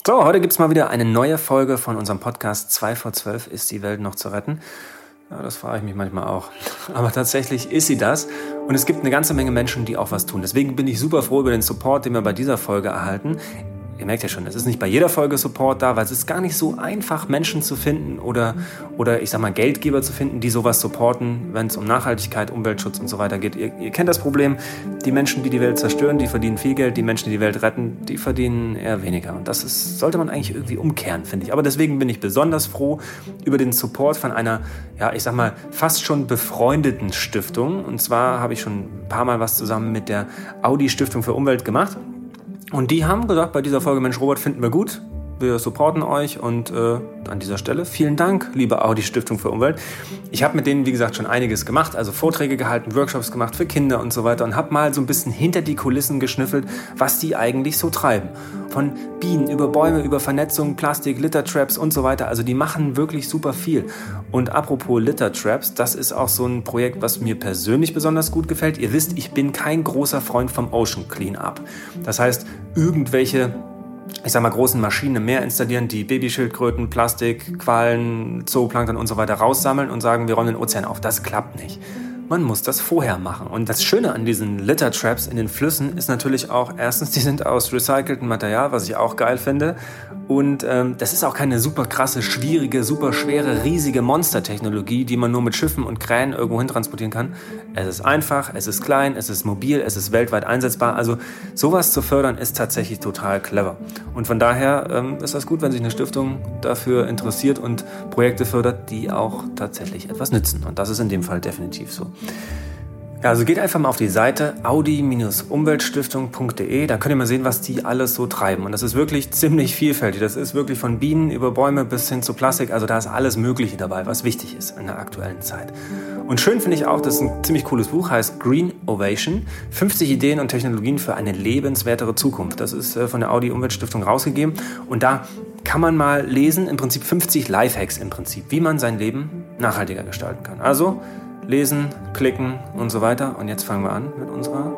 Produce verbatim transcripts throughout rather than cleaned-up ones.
So, heute gibt's mal wieder eine neue Folge von unserem Podcast zwei vor zwölf. Ist die Welt noch zu retten? Ja, das frage ich mich manchmal auch. Aber tatsächlich ist sie das. Und es gibt eine ganze Menge Menschen, die auch was tun. Deswegen bin ich super froh über den Support, den wir bei dieser Folge erhalten. Ihr merkt ja schon, es ist nicht bei jeder Folge Support da, weil es ist gar nicht so einfach, Menschen zu finden oder, oder ich sag mal Geldgeber zu finden, die sowas supporten, wenn es um Nachhaltigkeit, Umweltschutz und so weiter geht. Ihr, ihr kennt das Problem, die Menschen, die die Welt zerstören, die verdienen viel Geld, die Menschen, die die Welt retten, die verdienen eher weniger. Und das ist, sollte man eigentlich irgendwie umkehren, finde ich. Aber deswegen bin ich besonders froh über den Support von einer, ja, ich sag mal, fast schon befreundeten Stiftung. Und zwar habe ich schon ein paar Mal was zusammen mit der Audi Stiftung für Umwelt gemacht. Und die haben gesagt, bei dieser Folge, Mensch, Robert, finden wir gut. Wir supporten euch und äh, an dieser Stelle vielen Dank, liebe Audi Stiftung für Umwelt. Ich habe mit denen, wie gesagt, schon einiges gemacht, also Vorträge gehalten, Workshops gemacht für Kinder und so weiter und habe mal so ein bisschen hinter die Kulissen geschnüffelt, was die eigentlich so treiben. Von Bienen über Bäume, über Vernetzung, Plastik, Litter-Traps und so weiter. Also die machen wirklich super viel. Und apropos Litter-Traps, das ist auch so ein Projekt, was mir persönlich besonders gut gefällt. Ihr wisst, ich bin kein großer Freund vom Ocean Cleanup. Das heißt, irgendwelche ich sag mal, großen Maschinen im Meer installieren, die Babyschildkröten, Plastik, Quallen, Zooplankton und so weiter raussammeln und sagen, wir räumen den Ozean auf. Das klappt nicht. Man muss das vorher machen. Und das Schöne an diesen Litter-Traps in den Flüssen ist natürlich auch, erstens, die sind aus recyceltem Material, was ich auch geil finde. Und ähm, das ist auch keine super krasse, schwierige, super schwere, riesige Monstertechnologie, die man nur mit Schiffen und Kränen irgendwo hin transportieren kann. Es ist einfach, es ist klein, es ist mobil, es ist weltweit einsetzbar. Also sowas zu fördern ist tatsächlich total clever. Und von daher ähm, ist das gut, wenn sich eine Stiftung dafür interessiert und Projekte fördert, die auch tatsächlich etwas nützen. Und das ist in dem Fall definitiv so. Ja, also geht einfach mal auf die Seite audi umweltstiftung punkt de, da könnt ihr mal sehen, was die alles so treiben. Und das ist wirklich ziemlich vielfältig. Das ist wirklich von Bienen über Bäume bis hin zu Plastik. Also da ist alles Mögliche dabei, was wichtig ist in der aktuellen Zeit. Und schön finde ich auch, das ist ein ziemlich cooles Buch, heißt Green Ovation, fünfzig Ideen und Technologien für eine lebenswertere Zukunft. Das ist von der Audi Umweltstiftung rausgegeben. Und da kann man mal lesen, im Prinzip fünfzig Lifehacks im Prinzip, wie man sein Leben nachhaltiger gestalten kann. Also lesen, klicken und so weiter. Und jetzt fangen wir an mit unserer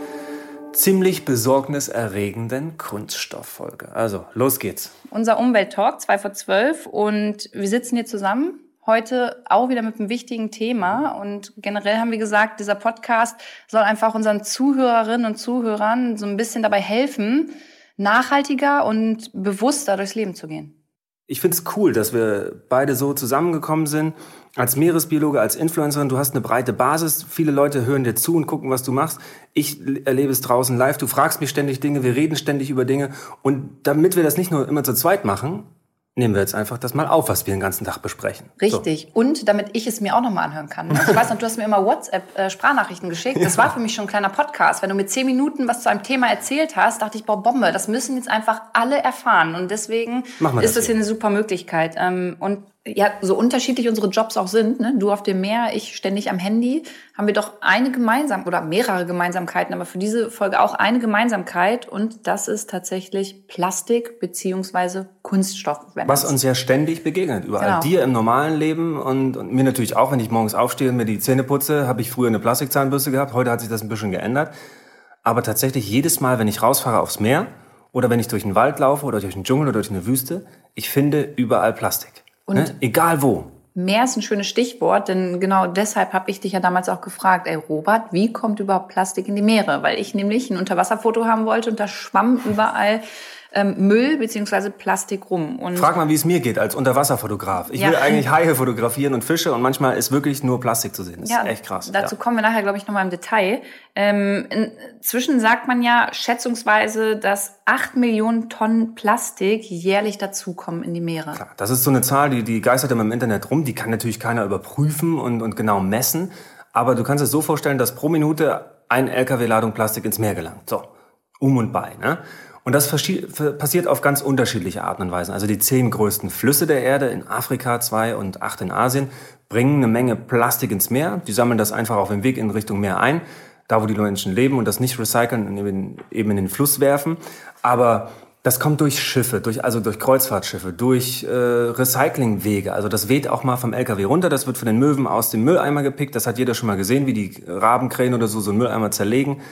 ziemlich besorgniserregenden Kunststofffolge. Also, los geht's. Unser Umwelttalk, zwei vor zwölf. Und wir sitzen hier zusammen. Heute auch wieder mit einem wichtigen Thema. Und generell haben wir gesagt, dieser Podcast soll einfach unseren Zuhörerinnen und Zuhörern so ein bisschen dabei helfen, nachhaltiger und bewusster durchs Leben zu gehen. Ich finde es cool, dass wir beide so zusammengekommen sind. Als Meeresbiologe, als Influencerin, du hast eine breite Basis. Viele Leute hören dir zu und gucken, was du machst. Ich erlebe es draußen live. Du fragst mich ständig Dinge, wir reden ständig über Dinge. Und damit wir das nicht nur immer zu zweit machen, nehmen wir jetzt einfach das mal auf, was wir den ganzen Tag besprechen. Richtig. So. Und damit ich es mir auch nochmal anhören kann. Ich weiß noch, du hast mir immer WhatsApp-Sprachnachrichten geschickt. Das war für mich schon ein kleiner Podcast. Wenn du mir zehn Minuten was zu einem Thema erzählt hast, dachte ich, boah, Bombe, das müssen jetzt einfach alle erfahren. Und deswegen ist das, das hier eine super Möglichkeit. Und ja, so unterschiedlich unsere Jobs auch sind, ne? Du auf dem Meer, ich ständig am Handy, haben wir doch eine gemeinsam oder mehrere Gemeinsamkeiten, aber für diese Folge auch eine Gemeinsamkeit und das ist tatsächlich Plastik beziehungsweise Kunststoff. Was uns ja ständig begegnet, überall. Genau. Dir im normalen Leben und, und mir natürlich auch, wenn ich morgens aufstehe und mir die Zähne putze, habe ich früher eine Plastikzahnbürste gehabt, heute hat sich das ein bisschen geändert. Aber tatsächlich jedes Mal, wenn ich rausfahre aufs Meer oder wenn ich durch den Wald laufe oder durch den Dschungel oder durch eine Wüste, ich finde überall Plastik. Und ne? Egal wo. Meer ist ein schönes Stichwort, denn genau deshalb habe ich dich ja damals auch gefragt, ey Robert, wie kommt überhaupt Plastik in die Meere? Weil ich nämlich ein Unterwasserfoto haben wollte und da schwamm überall ähm, Müll bzw. Plastik rum. Und frag mal, wie es mir geht als Unterwasserfotograf. Ich ja. will eigentlich Haie fotografieren und Fische und manchmal ist wirklich nur Plastik zu sehen. Das ja, ist echt krass. Dazu ja. kommen wir nachher, glaube ich, nochmal im Detail. Ähm, inzwischen sagt man ja schätzungsweise, dass acht Millionen Tonnen Plastik jährlich dazukommen in die Meere. Klar, das ist so eine Zahl, die, die geistert immer im Internet rum. Die kann natürlich keiner überprüfen und, und genau messen. Aber du kannst es so vorstellen, dass pro Minute ein L K W-Ladung Plastik ins Meer gelangt. So, um und bei, ne? Und das passiert auf ganz unterschiedliche Arten und Weisen. Also die zehn größten Flüsse der Erde in Afrika, zwei und acht in Asien, bringen eine Menge Plastik ins Meer. Die sammeln das einfach auf dem Weg in Richtung Meer ein, da wo die Menschen leben und das nicht recyceln und eben in den Fluss werfen. Aber das kommt durch Schiffe, durch, also durch Kreuzfahrtschiffe, durch äh, Recyclingwege. Also das weht auch mal vom L K W runter, das wird von den Möwen aus dem Mülleimer gepickt. Das hat jeder schon mal gesehen, wie die Rabenkrähen oder so so einen Mülleimer zerlegen.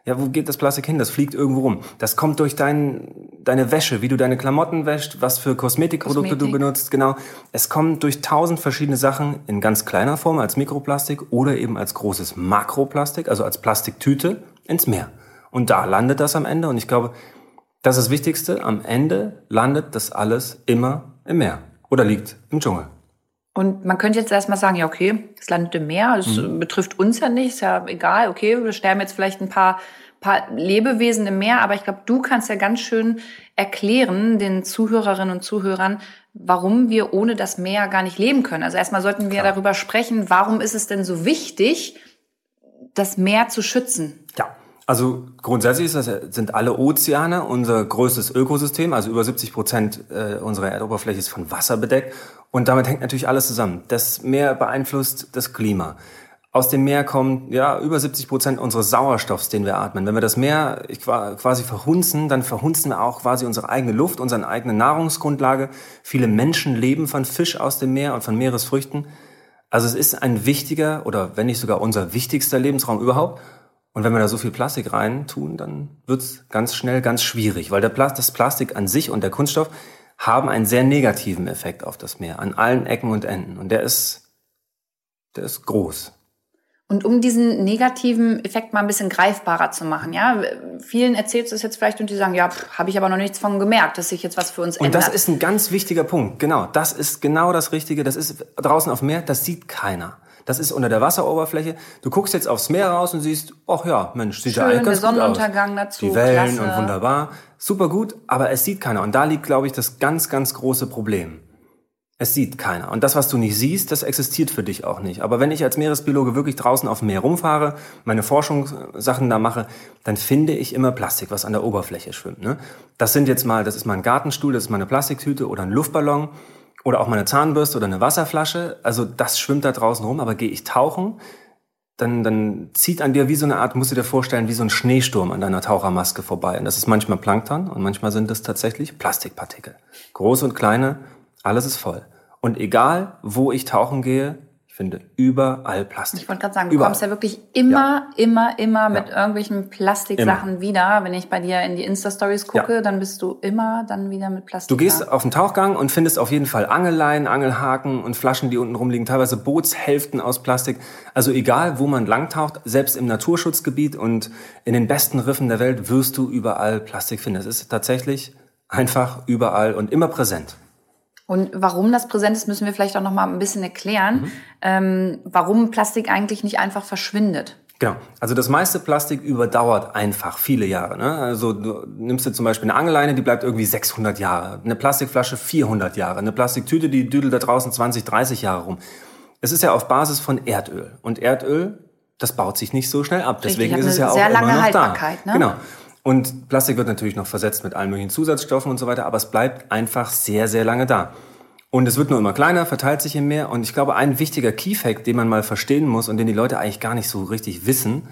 Ja, wo geht das Plastik hin? Das fliegt irgendwo rum. Das kommt durch dein, deine Wäsche, wie du deine Klamotten wäschst, was für Kosmetikprodukte Kosmetik. du benutzt, genau. Es kommt durch tausend verschiedene Sachen in ganz kleiner Form als Mikroplastik oder eben als großes Makroplastik, also als Plastiktüte ins Meer. Und da landet das am Ende. Und ich glaube, das ist das Wichtigste. Am Ende landet das alles immer im Meer oder liegt im Dschungel. Und man könnte jetzt erstmal sagen, ja okay, es landet im Meer, es mhm. betrifft uns ja nicht, ist ja egal, okay, wir sterben jetzt vielleicht ein paar, paar Lebewesen im Meer, aber ich glaube, du kannst ja ganz schön erklären den Zuhörerinnen und Zuhörern, warum wir ohne das Meer gar nicht leben können. Also erstmal sollten wir Klar. darüber sprechen, warum ist es denn so wichtig, das Meer zu schützen? Ja. Also grundsätzlich ist das, sind alle Ozeane unser größtes Ökosystem. Also über siebzig Prozent äh, unserer Erdoberfläche ist von Wasser bedeckt. Und damit hängt natürlich alles zusammen. Das Meer beeinflusst das Klima. Aus dem Meer kommen ja über siebzig Prozent unseres Sauerstoffs, den wir atmen. Wenn wir das Meer quasi verhunzen, dann verhunzen wir auch quasi unsere eigene Luft, unsere eigene Nahrungsgrundlage. Viele Menschen leben von Fisch aus dem Meer und von Meeresfrüchten. Also es ist ein wichtiger oder wenn nicht sogar unser wichtigster Lebensraum überhaupt. Und wenn wir da so viel Plastik rein tun, dann wird's ganz schnell ganz schwierig, weil der Plas- das Plastik an sich und der Kunststoff haben einen sehr negativen Effekt auf das Meer, an allen Ecken und Enden. Und der ist, der ist groß. Und um diesen negativen Effekt mal ein bisschen greifbarer zu machen, ja, vielen erzählst du es jetzt vielleicht und die sagen, ja, habe ich aber noch nichts von gemerkt, dass sich jetzt was für uns und ändert. Und das ist ein ganz wichtiger Punkt, genau. Das ist genau das Richtige. Das ist draußen auf dem Meer, das sieht keiner. Das ist unter der Wasseroberfläche. Du guckst jetzt aufs Meer raus und siehst, ach ja, Mensch, sieht ja eigentlich ganz gut aus. Sonnenuntergang dazu, die Wellen klasse. Und wunderbar. Super gut, aber es sieht keiner. Und da liegt, glaube ich, das ganz, ganz große Problem. Es sieht keiner. Und das, was du nicht siehst, das existiert für dich auch nicht. Aber wenn ich als Meeresbiologe wirklich draußen auf dem Meer rumfahre, meine Forschungssachen da mache, dann finde ich immer Plastik, was an der Oberfläche schwimmt. Ne? Das sind jetzt mal, das ist mal ein Gartenstuhl, das ist mal eine Plastiktüte oder ein Luftballon. Oder auch mal eine Zahnbürste oder eine Wasserflasche. Also das schwimmt da draußen rum. Aber gehe ich tauchen, dann, dann zieht an dir wie so eine Art, musst du dir vorstellen, wie so ein Schneesturm an deiner Tauchermaske vorbei. Und das ist manchmal Plankton und manchmal sind das tatsächlich Plastikpartikel. Große und kleine, alles ist voll. Und egal, wo ich tauchen gehe, ich finde überall Plastik. Ich wollte gerade sagen, du überall. kommst ja wirklich immer, ja. immer, immer mit ja. irgendwelchen Plastiksachen immer. wieder. Wenn ich bei dir in die Insta-Stories gucke, ja. dann bist du immer dann wieder mit Plastik. Du gehst da. auf den Tauchgang und findest auf jeden Fall Angelleinen, Angelhaken und Flaschen, die unten rumliegen, teilweise Bootshälften aus Plastik. Also egal, wo man langtaucht, selbst im Naturschutzgebiet und in den besten Riffen der Welt wirst du überall Plastik finden. Es ist tatsächlich einfach überall und immer präsent. Und warum das präsent ist, müssen wir vielleicht auch noch mal ein bisschen erklären, mhm. ähm, warum Plastik eigentlich nicht einfach verschwindet. Genau. Also das meiste Plastik überdauert einfach viele Jahre. Ne? Also du nimmst dir zum Beispiel eine Angelleine, die bleibt irgendwie sechshundert Jahre. Eine Plastikflasche vierhundert Jahre. Eine Plastiktüte, die düdelt da draußen zwanzig, dreißig Jahre rum. Es ist ja auf Basis von Erdöl. Und Erdöl, das baut sich nicht so schnell ab. Deswegen ist es ja auch immer noch da. Sehr lange Haltbarkeit, ne? Genau. Und Plastik wird natürlich noch versetzt mit allen möglichen Zusatzstoffen und so weiter, aber es bleibt einfach sehr, sehr lange da. Und es wird nur immer kleiner, verteilt sich im Meer. Und ich glaube, ein wichtiger Key-Fact, den man mal verstehen muss und den die Leute eigentlich gar nicht so richtig wissen,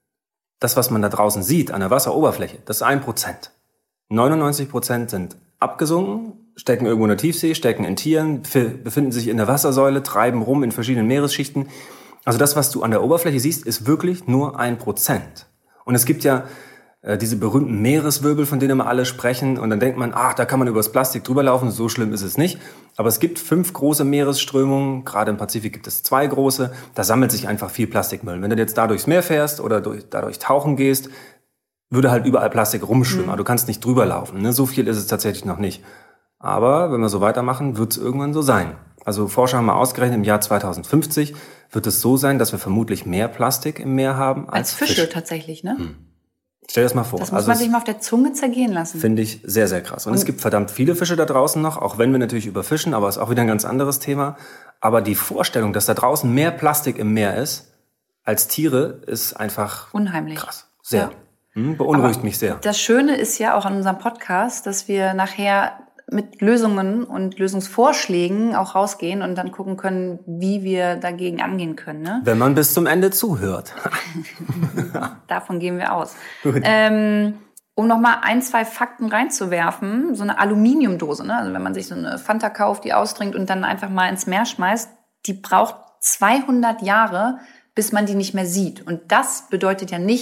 das, was man da draußen sieht an der Wasseroberfläche, das ist ein Prozent. neunundneunzig Prozent sind abgesunken, stecken irgendwo in der Tiefsee, stecken in Tieren, befinden sich in der Wassersäule, treiben rum in verschiedenen Meeresschichten. Also das, was du an der Oberfläche siehst, ist wirklich nur ein Prozent. Und es gibt ja diese berühmten Meereswirbel, von denen immer alle sprechen. Und dann denkt man, ach, da kann man über das Plastik drüber laufen, so schlimm ist es nicht. Aber es gibt fünf große Meeresströmungen, gerade im Pazifik gibt es zwei große. Da sammelt sich einfach viel Plastikmüll. Wenn du jetzt da durchs Meer fährst oder durch, dadurch tauchen gehst, würde halt überall Plastik rumschwimmen. Mhm. Aber du kannst nicht drüber laufen. Ne? So viel ist es tatsächlich noch nicht. Aber wenn wir so weitermachen, wird es irgendwann so sein. Also Forscher haben mal ausgerechnet, im Jahr zweitausendfünfzig wird es so sein, dass wir vermutlich mehr Plastik im Meer haben als, als Fische. Fisch. Tatsächlich, ne? Hm. Stell dir das mal vor. Das muss also man sich mal auf der Zunge zergehen lassen. Finde ich sehr, sehr krass. Und, Und es gibt verdammt viele Fische da draußen noch, auch wenn wir natürlich überfischen, aber ist auch wieder ein ganz anderes Thema. Aber die Vorstellung, dass da draußen mehr Plastik im Meer ist als Tiere, ist einfach unheimlich. Krass. Sehr. Ja. Hm, beunruhigt aber mich sehr. Das Schöne ist ja auch an unserem Podcast, dass wir nachher mit Lösungen und Lösungsvorschlägen auch rausgehen und dann gucken können, wie wir dagegen angehen können. Ne? Wenn man bis zum Ende zuhört. Davon gehen wir aus. Ähm, um noch mal ein, zwei Fakten reinzuwerfen, so eine Aluminiumdose, ne? Also wenn man sich so eine Fanta kauft, die austrinkt und dann einfach mal ins Meer schmeißt, die braucht zweihundert Jahre, bis man die nicht mehr sieht. Und das bedeutet ja nicht,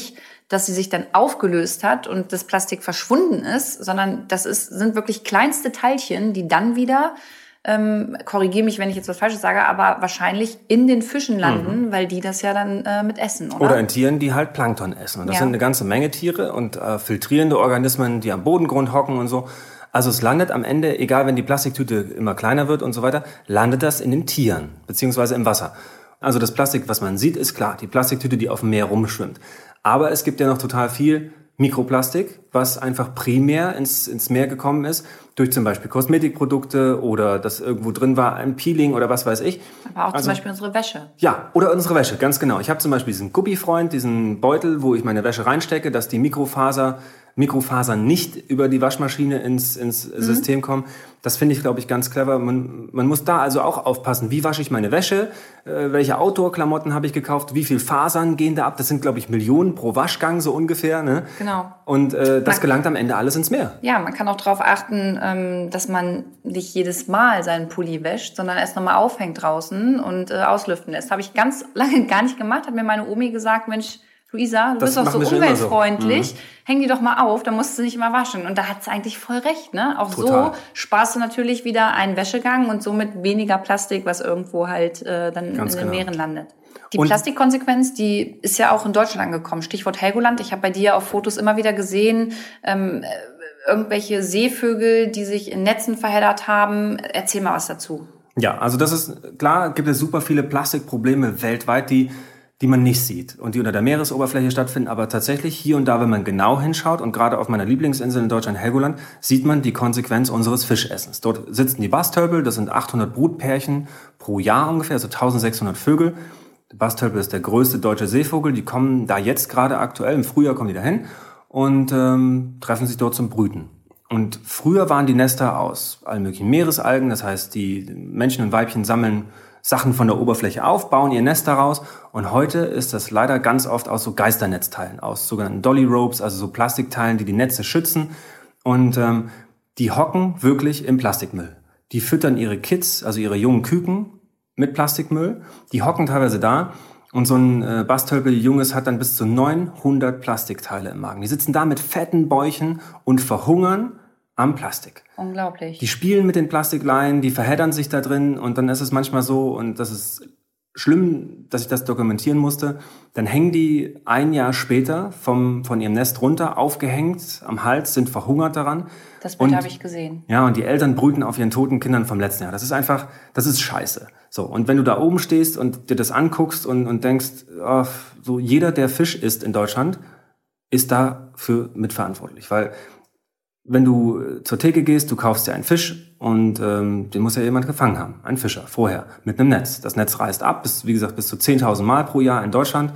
dass sie sich dann aufgelöst hat und das Plastik verschwunden ist, sondern das ist, sind wirklich kleinste Teilchen, die dann wieder, ähm, korrigiere mich, wenn ich jetzt was Falsches sage, aber wahrscheinlich in den Fischen landen, mhm. weil die das ja dann äh, mit essen, oder? Oder in Tieren, die halt Plankton essen. Und das ja. sind eine ganze Menge Tiere und äh, filtrierende Organismen, die am Bodengrund hocken und so. Also es landet am Ende, egal wenn die Plastiktüte immer kleiner wird und so weiter, landet das in den Tieren, beziehungsweise im Wasser. Also das Plastik, was man sieht, ist klar, die Plastiktüte, die auf dem Meer rumschwimmt. Aber es gibt ja noch total viel Mikroplastik, was einfach primär ins, ins Meer gekommen ist, durch zum Beispiel Kosmetikprodukte oder dass irgendwo drin war ein Peeling oder was weiß ich. Aber auch also, zum Beispiel unsere Wäsche. Ja, oder unsere Wäsche, ganz genau. Ich habe zum Beispiel diesen Guppi-Freund, diesen Beutel, wo ich meine Wäsche reinstecke, dass die Mikrofaser, Mikrofasern nicht über die Waschmaschine ins, ins mhm. System kommen. Das finde ich, glaube ich, ganz clever. Man, man muss da also auch aufpassen. Wie wasche ich meine Wäsche? Äh, welche Outdoor-Klamotten habe ich gekauft? Wie viel Fasern gehen da ab? Das sind, glaube ich, Millionen pro Waschgang so ungefähr. Ne? Genau. Und äh, das man, gelangt am Ende alles ins Meer. Ja, man kann auch darauf achten, ähm, dass man nicht jedes Mal seinen Pulli wäscht, sondern erst nochmal aufhängt draußen und äh, auslüften lässt. Habe ich ganz lange gar nicht gemacht. Hat mir meine Omi gesagt, Mensch, Luisa, du das bist doch so umweltfreundlich, so. mhm. häng die doch mal auf, dann musst du nicht immer waschen. Und da hat sie eigentlich voll recht, ne? Auch Total. So sparst du natürlich wieder einen Wäschegang und somit weniger Plastik, was irgendwo halt äh, dann Ganz in den genau. Meeren landet. Die und Plastikkonsequenz, die ist ja auch in Deutschland angekommen. Stichwort Helgoland. Ich habe bei dir auf Fotos immer wieder gesehen, ähm, irgendwelche Seevögel, die sich in Netzen verheddert haben. Erzähl mal was dazu. Ja, also das ist klar, gibt es super viele Plastikprobleme weltweit, die die man nicht sieht und die unter der Meeresoberfläche stattfinden. Aber tatsächlich hier und da, wenn man genau hinschaut und gerade auf meiner Lieblingsinsel in Deutschland, Helgoland, sieht man die Konsequenz unseres Fischessens. Dort sitzen die Bastölpel, das sind achthundert Brutpärchen pro Jahr ungefähr, also eintausendsechshundert Vögel. Der Bastölpel ist der größte deutsche Seevogel. Die kommen da jetzt gerade aktuell, im Frühjahr kommen die dahin und ähm, treffen sich dort zum Brüten. Und früher waren die Nester aus allen möglichen Meeresalgen, das heißt, die Männchen und Weibchen sammeln Sachen von der Oberfläche auf, bauen ihr Nest daraus und heute ist das leider ganz oft aus so Geisternetzteilen, aus sogenannten Dolly Ropes, also so Plastikteilen, die die Netze schützen und ähm, die hocken wirklich im Plastikmüll. Die füttern ihre Kids, also ihre jungen Küken mit Plastikmüll, die hocken teilweise da und so ein äh, Bastölpel-Junges hat dann bis zu neunhundert Plastikteile im Magen. Die sitzen da mit fetten Bäuchen und verhungern am Plastik. Unglaublich. Die spielen mit den Plastikleinen, die verheddern sich da drin und dann ist es manchmal so, und das ist schlimm, dass ich das dokumentieren musste, dann hängen die ein Jahr später vom, von ihrem Nest runter, aufgehängt am Hals, sind verhungert daran. Das Bild habe ich gesehen. Ja, und die Eltern brüten auf ihren toten Kindern vom letzten Jahr. Das ist einfach, das ist scheiße. So, und wenn du da oben stehst und dir das anguckst und, und denkst, oh, so jeder, der Fisch isst in Deutschland, ist dafür mitverantwortlich, weil wenn du zur Theke gehst, du kaufst dir einen Fisch und ähm, den muss ja jemand gefangen haben, ein Fischer, vorher, mit einem Netz. Das Netz reißt ab, bis, wie gesagt, bis zu zehntausend Mal pro Jahr in Deutschland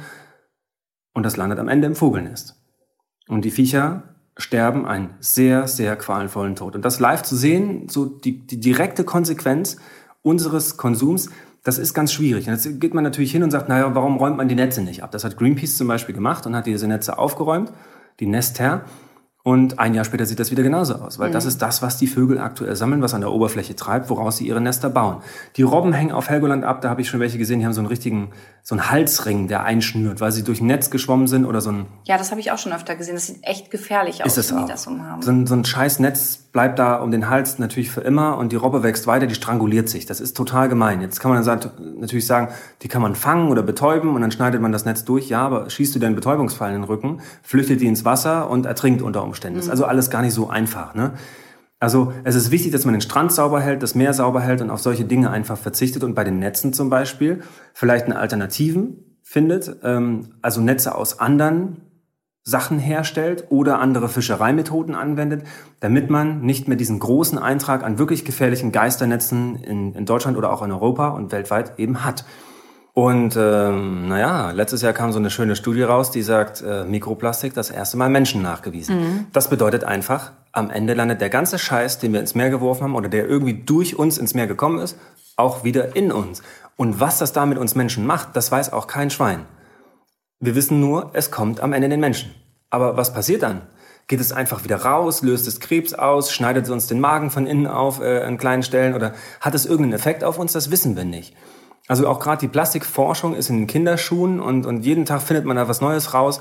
und das landet am Ende im Vogelnest. Und die Viecher sterben einen sehr, sehr qualvollen Tod. Und das live zu sehen, so die, die direkte Konsequenz unseres Konsums, das ist ganz schwierig. Und jetzt geht man natürlich hin und sagt, naja, warum räumt man die Netze nicht ab? Das hat Greenpeace zum Beispiel gemacht und hat diese Netze aufgeräumt, die Nester. Und ein Jahr später sieht das wieder genauso aus, weil mhm. das ist das, was die Vögel aktuell sammeln, was an der Oberfläche treibt, woraus sie ihre Nester bauen. Die Robben hängen auf Helgoland ab, da habe ich schon welche gesehen, die haben so einen richtigen, so einen Halsring, der einschnürt, weil sie durch ein Netz geschwommen sind oder so ein... Ja, das habe ich auch schon öfter gesehen, das sieht echt gefährlich aus, ist es wenn auch. die das umhaben. So ein, so ein scheiß Netz bleibt da um den Hals natürlich für immer und die Robbe wächst weiter, die stranguliert sich. Das ist total gemein. Jetzt kann man dann natürlich sagen, die kann man fangen oder betäuben und dann schneidet man das Netz durch. Ja, aber schießt du dir einen Betäubungsfall in den Rücken, flüchtet die ins Wasser und ertrinkt unter Umständen. Mhm. Das ist also alles gar nicht so einfach, ne? Also es ist wichtig, dass man den Strand sauber hält, das Meer sauber hält und auf solche Dinge einfach verzichtet und bei den Netzen zum Beispiel vielleicht eine Alternativen findet, ähm, also Netze aus anderen Sachen herstellt oder andere Fischereimethoden anwendet, damit man nicht mehr diesen großen Eintrag an wirklich gefährlichen Geisternetzen in, in Deutschland oder auch in Europa und weltweit eben hat. Und ähm, naja, letztes Jahr kam so eine schöne Studie raus, die sagt, äh, Mikroplastik das erste Mal Menschen nachgewiesen. Mhm. Das bedeutet einfach, am Ende landet der ganze Scheiß, den wir ins Meer geworfen haben oder der irgendwie durch uns ins Meer gekommen ist, auch wieder in uns. Und was das da mit uns Menschen macht, das weiß auch kein Schwein. Wir wissen nur, es kommt am Ende den Menschen. Aber was passiert dann? Geht es einfach wieder raus, löst es Krebs aus, schneidet es uns den Magen von innen auf äh, an kleinen Stellen oder hat es irgendeinen Effekt auf uns? Das wissen wir nicht. Also auch gerade die Plastikforschung ist in den Kinderschuhen und, und jeden Tag findet man da was Neues raus.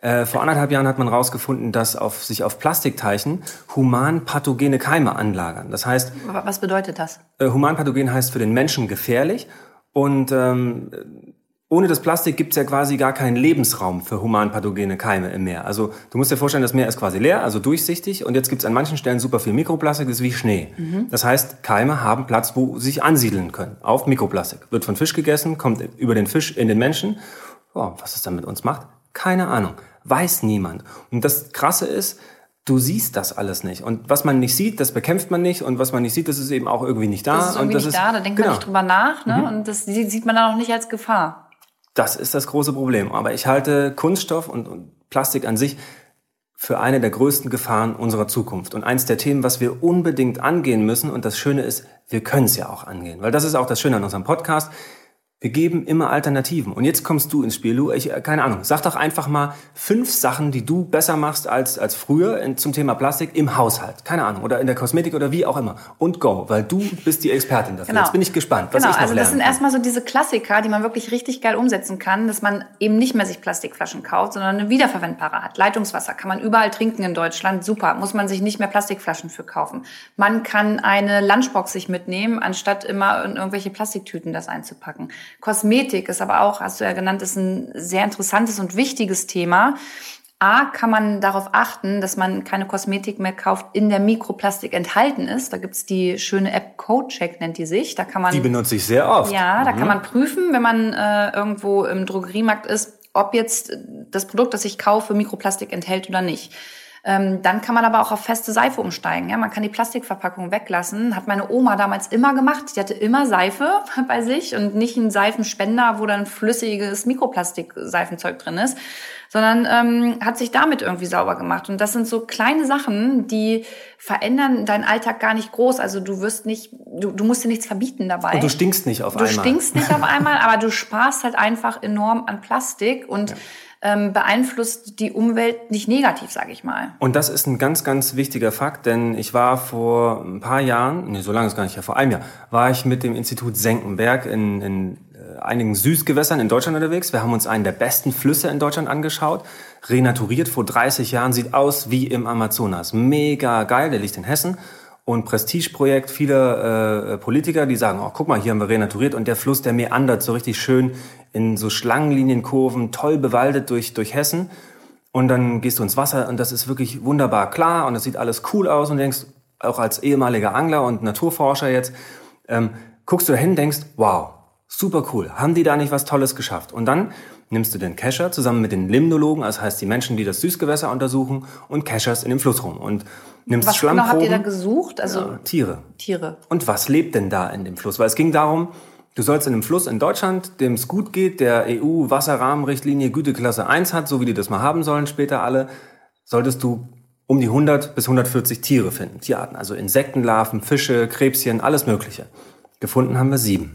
Äh, vor anderthalb Jahren hat man herausgefunden, dass auf, sich auf Plastikteichen humanpathogene Keime anlagern. Das heißt, was bedeutet das? Äh, humanpathogen heißt für den Menschen gefährlich. Und ähm, ohne das Plastik gibt's ja quasi gar keinen Lebensraum für humanpathogene Keime im Meer. Also du musst dir vorstellen, das Meer ist quasi leer, also durchsichtig. Und jetzt gibt's an manchen Stellen super viel Mikroplastik, das ist wie Schnee. Mhm. Das heißt, Keime haben Platz, wo sie sich ansiedeln können. Auf Mikroplastik. Wird von Fisch gegessen, kommt über den Fisch in den Menschen. Oh, was es dann mit uns macht? Keine Ahnung. Weiß niemand. Und das Krasse ist, du siehst das alles nicht. Und was man nicht sieht, das bekämpft man nicht. Und was man nicht sieht, das ist eben auch irgendwie nicht da. Das ist irgendwie und das nicht ist, da, da denkt genau. man nicht drüber nach. Ne? Mhm. Und das sieht man dann auch nicht als Gefahr. Das ist das große Problem. Aber ich halte Kunststoff und, und Plastik an sich für eine der größten Gefahren unserer Zukunft. Und eins der Themen, was wir unbedingt angehen müssen. Und das Schöne ist, wir können es ja auch angehen. Weil das ist auch das Schöne an unserem Podcast. Wir geben immer Alternativen. Und jetzt kommst du ins Spiel, Lu. Ich, keine Ahnung, sag doch einfach mal fünf Sachen, die du besser machst als, als früher in, zum Thema Plastik im Haushalt. Keine Ahnung, oder in der Kosmetik oder wie auch immer. Und go, weil du bist die Expertin dafür. Genau. Jetzt bin ich gespannt, was genau. ich noch Also das sind lernen erstmal so diese Klassiker, die man wirklich richtig geil umsetzen kann, dass man eben nicht mehr sich Plastikflaschen kauft, sondern eine wiederverwendbare hat. Leitungswasser kann man überall trinken in Deutschland. Super, muss man sich nicht mehr Plastikflaschen für kaufen. Man kann eine Lunchbox sich mitnehmen, anstatt immer in irgendwelche Plastiktüten das einzupacken. Kosmetik ist aber auch, hast du ja genannt, ist ein sehr interessantes und wichtiges Thema. A, kann man darauf achten, dass man keine Kosmetik mehr kauft, in der Mikroplastik enthalten ist. Da gibt's die schöne App CodeCheck, nennt die sich. Da kann man, Die benutze ich sehr oft. Ja, da mhm. kann man prüfen, wenn man äh, irgendwo im Drogeriemarkt ist, ob jetzt das Produkt, das ich kaufe, Mikroplastik enthält oder nicht. Ähm, dann kann man aber auch auf feste Seife umsteigen. Ja, man kann die Plastikverpackung weglassen. Hat meine Oma damals immer gemacht. Die hatte immer Seife bei sich und nicht einen Seifenspender, wo dann flüssiges Mikroplastik-Seifenzeug drin ist, sondern ähm, hat sich damit irgendwie sauber gemacht. Und das sind so kleine Sachen, die verändern deinen Alltag gar nicht groß. Also du wirst nicht, du, du musst dir nichts verbieten dabei. Und du stinkst nicht auf du einmal. Du stinkst nicht auf einmal, aber du sparst halt einfach enorm an Plastik und ja. ähm, beeinflusst die Umwelt nicht negativ, sage ich mal. Und das ist ein ganz, ganz wichtiger Fakt, denn ich war vor ein paar Jahren, nee, so lange ist gar nicht her, vor einem Jahr, war ich mit dem Institut Senckenberg in, in einigen Süßgewässern in Deutschland unterwegs. Wir haben uns einen der besten Flüsse in Deutschland angeschaut. Renaturiert vor dreißig Jahren, sieht aus wie im Amazonas. Mega geil, der liegt in Hessen. Und Prestigeprojekt, viele äh, Politiker, die sagen, oh, guck mal, hier haben wir renaturiert. Und der Fluss, der meandert so richtig schön in so Schlangenlinienkurven, toll bewaldet durch, durch Hessen. Und dann gehst du ins Wasser und das ist wirklich wunderbar klar und das sieht alles cool aus. Und du denkst, auch als ehemaliger Angler und Naturforscher jetzt, ähm, guckst du da hin und denkst, wow, super cool, haben die da nicht was Tolles geschafft? Und dann nimmst du den Kescher zusammen mit den Limnologen, das heißt die Menschen, die das Süßgewässer untersuchen, und kescherst in den Fluss rum. Und nimmst was Schlammproben. Was genau habt ihr da gesucht? Also ja, Tiere. Tiere. Und was lebt denn da in dem Fluss? Weil es ging darum, du sollst in einem Fluss in Deutschland, dem es gut geht, der E U-Wasserrahmenrichtlinie Güteklasse eins hat, so wie die das mal haben sollen später alle, solltest du um die hundert bis hundertvierzig Tiere finden, Tierarten. Also Insektenlarven, Fische, Krebschen, alles Mögliche. Gefunden haben wir sieben.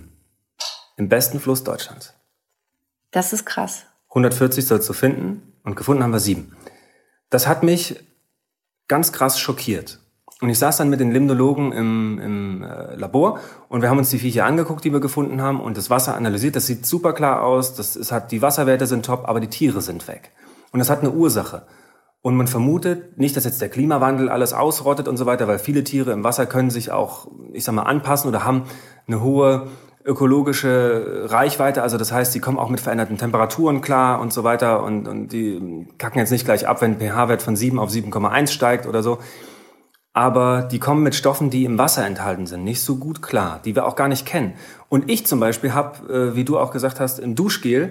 Im besten Fluss Deutschlands. Das ist krass. hundertvierzig sollst du finden und gefunden haben wir sieben. Das hat mich ganz krass schockiert. Und ich saß dann mit den Limnologen im, im äh, Labor und wir haben uns die Viecher angeguckt, die wir gefunden haben und das Wasser analysiert. Das sieht super klar aus, das, es hat, die Wasserwerte sind top, aber die Tiere sind weg. Und das hat eine Ursache. Und man vermutet nicht, dass jetzt der Klimawandel alles ausrottet und so weiter, weil viele Tiere im Wasser können sich auch, ich sag mal, anpassen oder haben eine hohe ökologische Reichweite, also das heißt, die kommen auch mit veränderten Temperaturen klar und so weiter und, und die kacken jetzt nicht gleich ab, wenn ein pH-Wert von sieben auf sieben Komma eins steigt oder so. Aber die kommen mit Stoffen, die im Wasser enthalten sind, nicht so gut klar, die wir auch gar nicht kennen. Und ich zum Beispiel habe, äh, wie du auch gesagt hast, im Duschgel,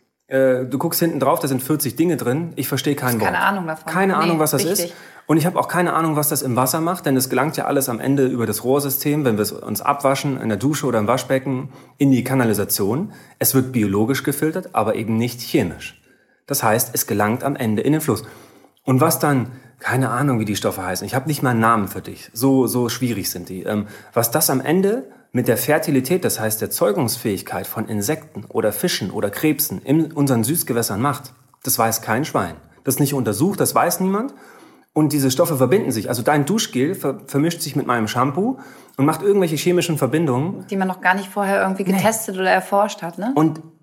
äh, du guckst hinten drauf, da sind vierzig Dinge drin, ich verstehe kein Wort. Keine Ahnung davon. Keine nee, Ahnung, was das richtig. ist. Und ich habe auch keine Ahnung, was das im Wasser macht, denn es gelangt ja alles am Ende über das Rohrsystem, wenn wir es uns abwaschen, in der Dusche oder im Waschbecken, in die Kanalisation. Es wird biologisch gefiltert, aber eben nicht chemisch. Das heißt, es gelangt am Ende in den Fluss. Und was dann, keine Ahnung, wie die Stoffe heißen, ich habe nicht mal einen Namen für dich, so, so schwierig sind die. Ähm, was das am Ende mit der Fertilität, das heißt der Zeugungsfähigkeit von Insekten oder Fischen oder Krebsen in unseren Süßgewässern macht, das weiß kein Schwein. Das ist nicht untersucht, das weiß niemand. Und diese Stoffe verbinden sich. Also dein Duschgel ver- vermischt sich mit meinem Shampoo und macht irgendwelche chemischen Verbindungen. Die man noch gar nicht vorher irgendwie getestet nee. oder erforscht hat, ne? Und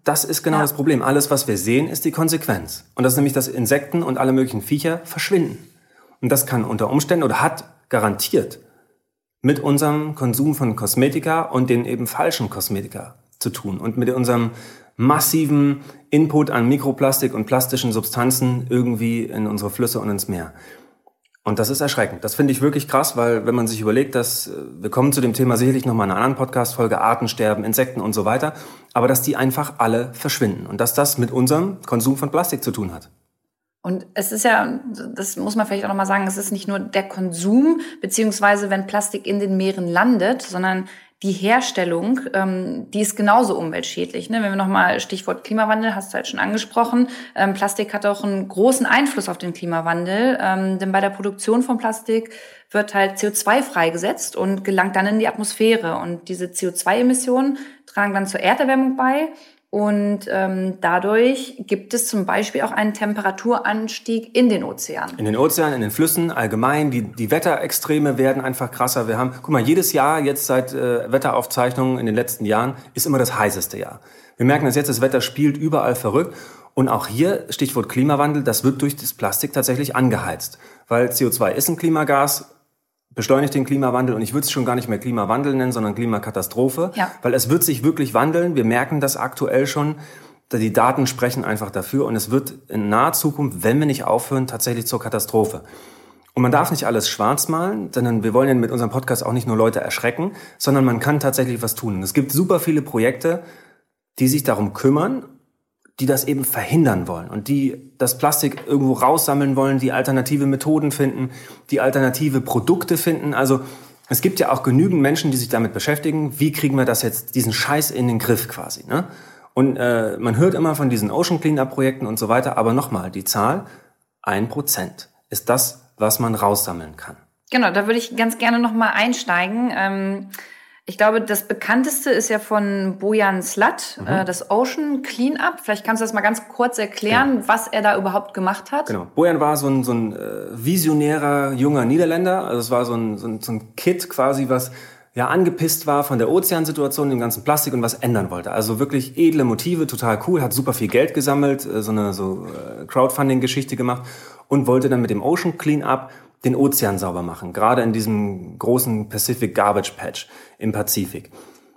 das ist genau ja. das Problem. Alles, was wir sehen, ist die Konsequenz. Und das ist nämlich, dass Insekten und alle möglichen Viecher verschwinden. Und das kann unter Umständen oder hat garantiert mit unserem Konsum von Kosmetika und den eben falschen Kosmetika zu tun. Und mit unserem massiven Input an Mikroplastik und plastischen Substanzen irgendwie in unsere Flüsse und ins Meer. Und das ist erschreckend. Das finde ich wirklich krass, weil wenn man sich überlegt, dass wir kommen zu dem Thema sicherlich nochmal in einer anderen Podcast-Folge, Artensterben, Insekten und so weiter, aber dass die einfach alle verschwinden und dass das mit unserem Konsum von Plastik zu tun hat. Und es ist ja, das muss man vielleicht auch nochmal sagen, es ist nicht nur der Konsum, beziehungsweise wenn Plastik in den Meeren landet, sondern die Herstellung, ähm, die ist genauso umweltschädlich. Ne? Wenn wir nochmal, Stichwort Klimawandel, hast du halt schon angesprochen, ähm, Plastik hat auch einen großen Einfluss auf den Klimawandel, ähm, denn bei der Produktion von Plastik wird halt C O zwei freigesetzt und gelangt dann in die Atmosphäre. Und diese C O zwei Emissionen tragen dann zur Erderwärmung bei. Und ähm, dadurch gibt es zum Beispiel auch einen Temperaturanstieg in den Ozeanen. In den Ozeanen, in den Flüssen allgemein. Die, die Wetterextreme werden einfach krasser. Wir haben, guck mal, jedes Jahr jetzt seit äh, Wetteraufzeichnungen in den letzten Jahren ist immer das heißeste Jahr. Wir merken, dass jetzt das Wetter spielt überall verrückt. Und auch hier, Stichwort Klimawandel, das wird durch das Plastik tatsächlich angeheizt. Weil C O zwei ist ein Klimagas, beschleunigt den Klimawandel und ich würde es schon gar nicht mehr Klimawandel nennen, sondern Klimakatastrophe, ja. weil es wird sich wirklich wandeln. Wir merken das aktuell schon. Die Daten sprechen einfach dafür und es wird in naher Zukunft, wenn wir nicht aufhören, tatsächlich zur Katastrophe. Und man darf nicht alles schwarz malen, sondern wir wollen ja mit unserem Podcast auch nicht nur Leute erschrecken, sondern man kann tatsächlich was tun. Und es gibt super viele Projekte, die sich darum kümmern, die das eben verhindern wollen und die das Plastik irgendwo raussammeln wollen, die alternative Methoden finden, die alternative Produkte finden. Also es gibt ja auch genügend Menschen, die sich damit beschäftigen, wie kriegen wir das jetzt, diesen Scheiß in den Griff quasi. Ne? Und äh, man hört immer von diesen Ocean Cleanup-Projekten und so weiter, aber nochmal, die Zahl, ein Prozent ist das, was man raussammeln kann. Genau, da würde ich ganz gerne nochmal einsteigen. Ähm Ich glaube, das bekannteste ist ja von Bojan Slat, mhm. äh, das Ocean Cleanup. Vielleicht kannst du das mal ganz kurz erklären, genau. was er da überhaupt gemacht hat. Genau. Bojan war so ein, so ein äh, visionärer junger Niederländer. Also es war so ein, so ein, so ein Kid quasi, was ja angepisst war von der Ozeansituation, dem ganzen Plastik und was ändern wollte. Also wirklich edle Motive, total cool, hat super viel Geld gesammelt, äh, so eine so äh, Crowdfunding-Geschichte gemacht und wollte dann mit dem Ocean Cleanup den Ozean sauber machen, gerade in diesem großen Pacific Garbage Patch im Pazifik.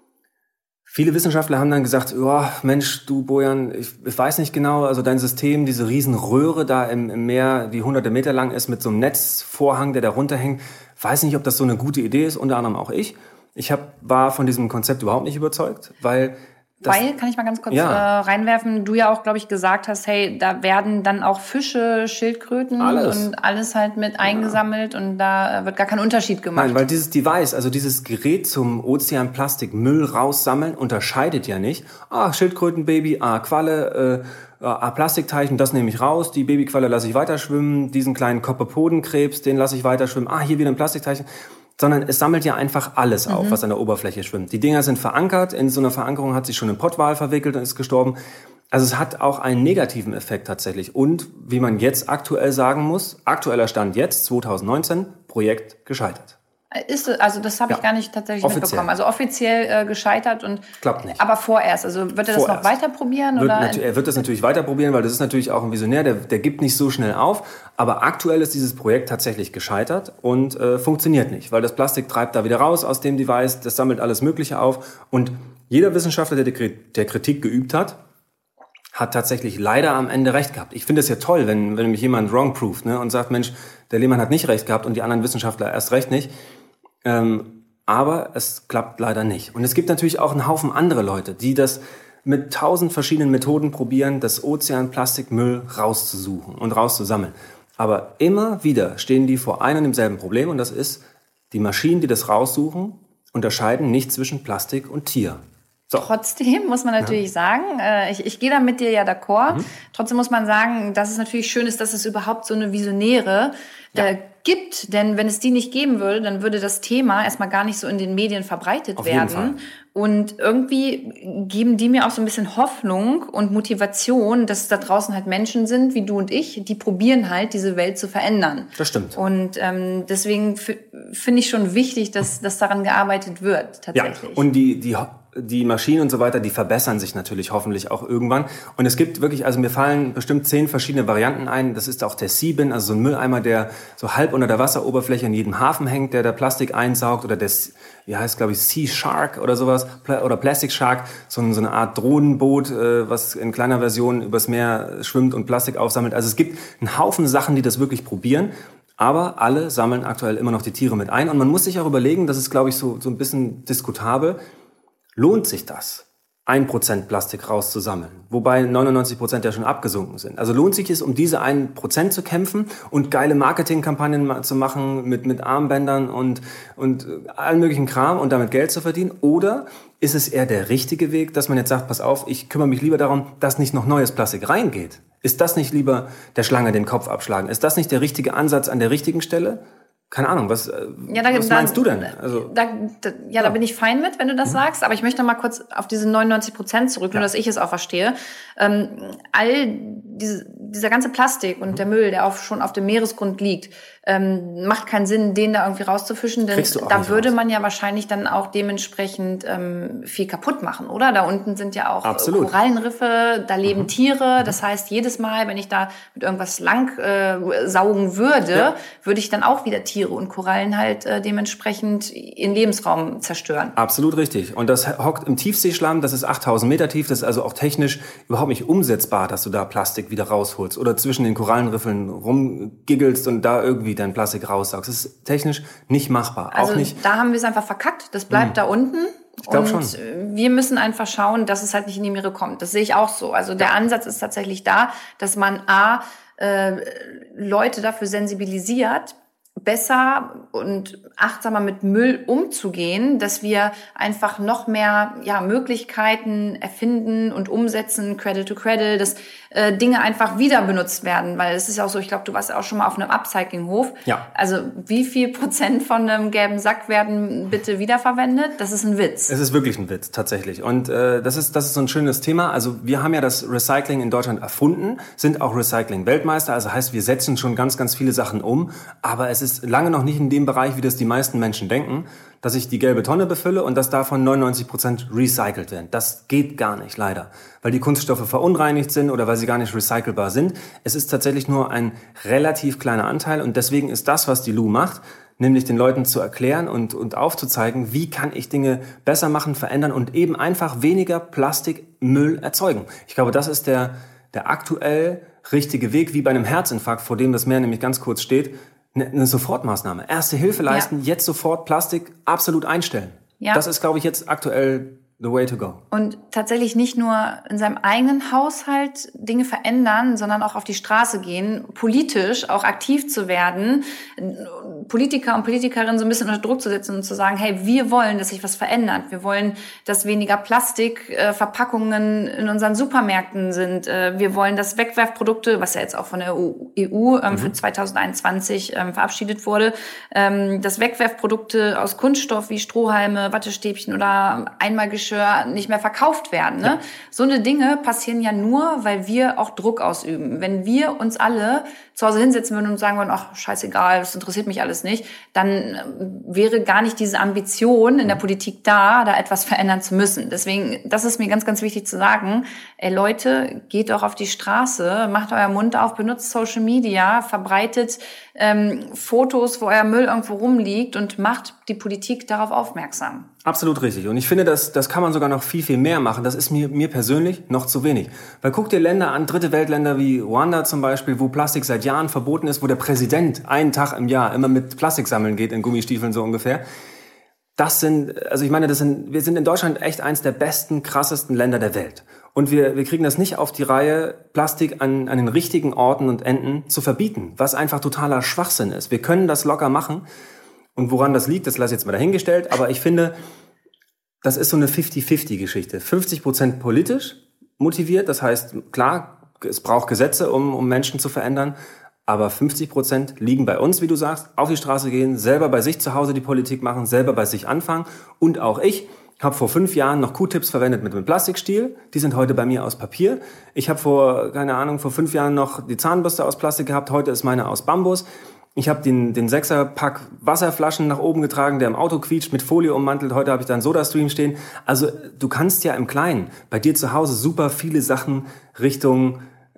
Viele Wissenschaftler haben dann gesagt, oh, Mensch, du Bojan, ich, ich weiß nicht genau, also dein System, diese Riesenröhre da im, im Meer, die hunderte Meter lang ist, mit so einem Netzvorhang, der da runterhängt, weiß nicht, ob das so eine gute Idee ist, unter anderem auch ich. Ich hab, war von diesem Konzept überhaupt nicht überzeugt, weil... Das, Weil, kann ich mal ganz kurz ja. äh, reinwerfen, du ja auch, glaube ich, gesagt hast, hey, da werden dann auch Fische, Schildkröten alles. und alles halt mit eingesammelt ja. und da wird gar kein Unterschied gemacht. Nein, weil dieses Device, also dieses Gerät zum Ozeanplastikmüll raussammeln, unterscheidet ja nicht. Ah, Schildkrötenbaby, ah, Qualle, äh, ah, Plastikteilchen, das nehme ich raus, die Babyqualle lasse ich weiter schwimmen, diesen kleinen Kopepodenkrebs, den lasse ich weiter schwimmen, ah, hier wieder ein Plastikteilchen. Sondern es sammelt ja einfach alles auf, mhm. was an der Oberfläche schwimmt. Die Dinger sind verankert, in so einer Verankerung hat sich schon ein Pottwal verwickelt und ist gestorben. Also es hat auch einen negativen Effekt tatsächlich. Und wie man jetzt aktuell sagen muss, aktueller Stand jetzt, zwanzig neunzehn, Projekt gescheitert. Ist, also das habe ich ja. gar nicht tatsächlich offiziell. mitbekommen. Also offiziell äh, gescheitert und klappt nicht. Aber vorerst. Also wird er das vorerst. noch weiter probieren? Wird oder? Er wird das natürlich weiter probieren, weil das ist natürlich auch ein Visionär, der, der gibt nicht so schnell auf. Aber aktuell ist dieses Projekt tatsächlich gescheitert und äh, funktioniert nicht, weil das Plastik treibt da wieder raus aus dem Device, das sammelt alles Mögliche auf. Und jeder Wissenschaftler, der, der Kritik geübt hat, hat tatsächlich leider am Ende recht gehabt. Ich finde es ja toll, wenn, wenn mich jemand wrong-proofed, ne, und sagt, Mensch, der Lehmann hat nicht recht gehabt und die anderen Wissenschaftler erst recht nicht. Ähm, aber es klappt leider nicht. Und es gibt natürlich auch einen Haufen andere Leute, die das mit tausend verschiedenen Methoden probieren, das Ozeanplastikmüll rauszusuchen und rauszusammeln. Aber immer wieder stehen die vor einem und demselben Problem und das ist, die Maschinen, die das raussuchen, unterscheiden nicht zwischen Plastik und Tier. So. Trotzdem muss man natürlich ja. sagen, äh, ich, ich gehe da mit dir ja d'accord, mhm. trotzdem muss man sagen, dass es natürlich schön ist, dass es überhaupt so eine Visionäre ja. äh, gibt. Denn wenn es die nicht geben würde, dann würde das Thema erstmal gar nicht so in den Medien verbreitet Auf jeden werden. Fall. Und irgendwie geben die mir auch so ein bisschen Hoffnung und Motivation, dass da draußen halt Menschen sind, wie du und ich, die probieren halt, diese Welt zu verändern. Das stimmt. Und ähm, deswegen f- finde ich schon wichtig, dass, dass daran gearbeitet wird, tatsächlich. Ja, und die, die die Maschinen und so weiter, die verbessern sich natürlich hoffentlich auch irgendwann. Und es gibt wirklich, also mir fallen bestimmt zehn verschiedene Varianten ein. Das ist auch der Sea-Bin, also so ein Mülleimer, der so halb unter der Wasseroberfläche in jedem Hafen hängt, der da Plastik einsaugt. Oder der, wie heißt glaube ich, Sea Shark oder sowas, oder Plastic Shark, so, ein, so eine Art Drohnenboot, äh, was in kleiner Version übers Meer schwimmt und Plastik aufsammelt. Also es gibt einen Haufen Sachen, die das wirklich probieren. Aber alle sammeln aktuell immer noch die Tiere mit ein. Und man muss sich auch überlegen, das ist, glaube ich, so, so ein bisschen diskutabel, lohnt sich das, ein Prozent Plastik rauszusammeln? Wobei neunundneunzig Prozent ja schon abgesunken sind. Also lohnt sich es, um diese ein Prozent zu kämpfen und geile Marketingkampagnen zu machen mit, mit Armbändern und, und allen möglichen Kram und damit Geld zu verdienen? Oder ist es eher der richtige Weg, dass man jetzt sagt, pass auf, ich kümmere mich lieber darum, dass nicht noch neues Plastik reingeht? Ist das nicht lieber der Schlange den Kopf abschlagen? Ist das nicht der richtige Ansatz an der richtigen Stelle? Keine Ahnung, was, ja, da, was meinst da, du denn? Also, da, da, ja, ja, da bin ich fein mit, wenn du das mhm. sagst. Aber ich möchte noch mal kurz auf diese neunundneunzig Prozent zurück, nur ja. dass ich es auch verstehe. Ähm, all diese, dieser ganze Plastik und mhm. der Müll, der auch schon auf dem Meeresgrund liegt, ähm, macht keinen Sinn, den da irgendwie rauszufischen. Denn da würde raus. man ja wahrscheinlich dann auch dementsprechend ähm, viel kaputt machen, oder? Da unten sind ja auch Absolut. Korallenriffe, da leben mhm. Tiere. Das heißt, jedes Mal, wenn ich da mit irgendwas lang äh, saugen würde, ja. würde ich dann auch wieder Tiere und Korallen halt äh, dementsprechend ihren Lebensraum zerstören. Absolut richtig. Und das hockt im Tiefseeschlamm, das ist achttausend Meter tief, das ist also auch technisch überhaupt nicht umsetzbar, dass du da Plastik wieder rausholst oder zwischen den Korallenriffeln rumgiggelst und da irgendwie dein Plastik raussaugst. Das ist technisch nicht machbar. Also auch nicht. Da haben wir es einfach verkackt, das bleibt hm. da unten. Ich glaube schon. Und wir müssen einfach schauen, dass es halt nicht in die Meere kommt. Das sehe ich auch so. Also der ja. Ansatz ist tatsächlich da, dass man A, äh, Leute dafür sensibilisiert, besser und achtsamer mit Müll umzugehen, dass wir einfach noch mehr ja, Möglichkeiten erfinden und umsetzen, Cradle to Cradle, dass äh, Dinge einfach wieder benutzt werden, weil es ist ja auch so, ich glaube, du warst auch schon mal auf einem Upcycling-Hof. Ja. Also wie viel Prozent von einem gelben Sack werden bitte wiederverwendet? Das ist ein Witz. Es ist wirklich ein Witz, tatsächlich. Und äh, das ist das ist so ein schönes Thema. Also wir haben ja das Recycling in Deutschland erfunden, sind auch Recycling-Weltmeister, also heißt, wir setzen schon ganz, ganz viele Sachen um, aber es ist lange noch nicht in dem Bereich, wie das die meisten Menschen denken, dass ich die gelbe Tonne befülle und dass davon neunundneunzig Prozent recycelt werden. Das geht gar nicht, leider. Weil die Kunststoffe verunreinigt sind oder weil sie gar nicht recycelbar sind. Es ist tatsächlich nur ein relativ kleiner Anteil und deswegen ist das, was die L U macht, nämlich den Leuten zu erklären und, und aufzuzeigen, wie kann ich Dinge besser machen, verändern und eben einfach weniger Plastikmüll erzeugen. Ich glaube, das ist der, der aktuell richtige Weg, wie bei einem Herzinfarkt, vor dem das Meer nämlich ganz kurz steht. Eine Sofortmaßnahme. Erste Hilfe leisten, ja. jetzt sofort Plastik absolut einstellen. Ja. Das ist, glaube ich, jetzt aktuell the way to go. Und tatsächlich nicht nur in seinem eigenen Haushalt Dinge verändern, sondern auch auf die Straße gehen, politisch auch aktiv zu werden, Politiker und Politikerinnen so ein bisschen unter Druck zu setzen und zu sagen, hey, wir wollen, dass sich was verändert. Wir wollen, dass weniger Plastikverpackungen in unseren Supermärkten sind. Wir wollen, dass Wegwerfprodukte, was ja jetzt auch von der E U ähm, mhm. für zwanzig einundzwanzig ähm, verabschiedet wurde, ähm, dass Wegwerfprodukte aus Kunststoff wie Strohhalme, Wattestäbchen oder Einmalgeschirr nicht mehr verkauft werden. Ne? Ja. So eine Dinge passieren ja nur, weil wir auch Druck ausüben. Wenn wir uns alle zu Hause hinsetzen würden und sagen würden, ach, scheißegal, das interessiert mich alles nicht, dann wäre gar nicht diese Ambition in der Politik da, da etwas verändern zu müssen. Deswegen, das ist mir ganz, ganz wichtig zu sagen, ey Leute, geht doch auf die Straße, macht euer Mund auf, benutzt Social Media, verbreitet ähm, Fotos, wo euer Müll irgendwo rumliegt und macht die Politik darauf aufmerksam. Absolut richtig. Und ich finde, das, das kann man sogar noch viel, viel mehr machen. Das ist mir, mir persönlich noch zu wenig. Weil guck dir Länder an, dritte Weltländer wie Ruanda zum Beispiel, wo Plastik seit Jahren verboten ist, wo der Präsident einen Tag im Jahr immer mit Plastik sammeln geht, in Gummistiefeln so ungefähr. Das sind, also ich meine, das sind, wir sind in Deutschland echt eins der besten, krassesten Länder der Welt. Und wir, wir kriegen das nicht auf die Reihe, Plastik an, an den richtigen Orten und Enden zu verbieten, was einfach totaler Schwachsinn ist. Wir können das locker machen. Und woran das liegt, das lasse ich jetzt mal dahingestellt. Aber ich finde, das ist so eine fifty fifty Geschichte. fünfzig Prozent politisch motiviert. Das heißt, klar, es braucht Gesetze, um, um Menschen zu verändern. Aber fünfzig Prozent liegen bei uns, wie du sagst, auf die Straße gehen, selber bei sich zu Hause die Politik machen, selber bei sich anfangen. Und auch ich habe vor fünf Jahren noch Q-Tips verwendet mit einem Plastikstiel. Die sind heute bei mir aus Papier. Ich habe vor, keine Ahnung, vor fünf Jahren noch die Zahnbürste aus Plastik gehabt. Heute ist meine aus Bambus. Ich habe den, den Sechser-Pack Wasserflaschen nach oben getragen, der im Auto quietscht, mit Folie ummantelt. Heute habe ich da einen Soda-Stream stehen. Also du kannst ja im Kleinen bei dir zu Hause super viele Sachen Richtung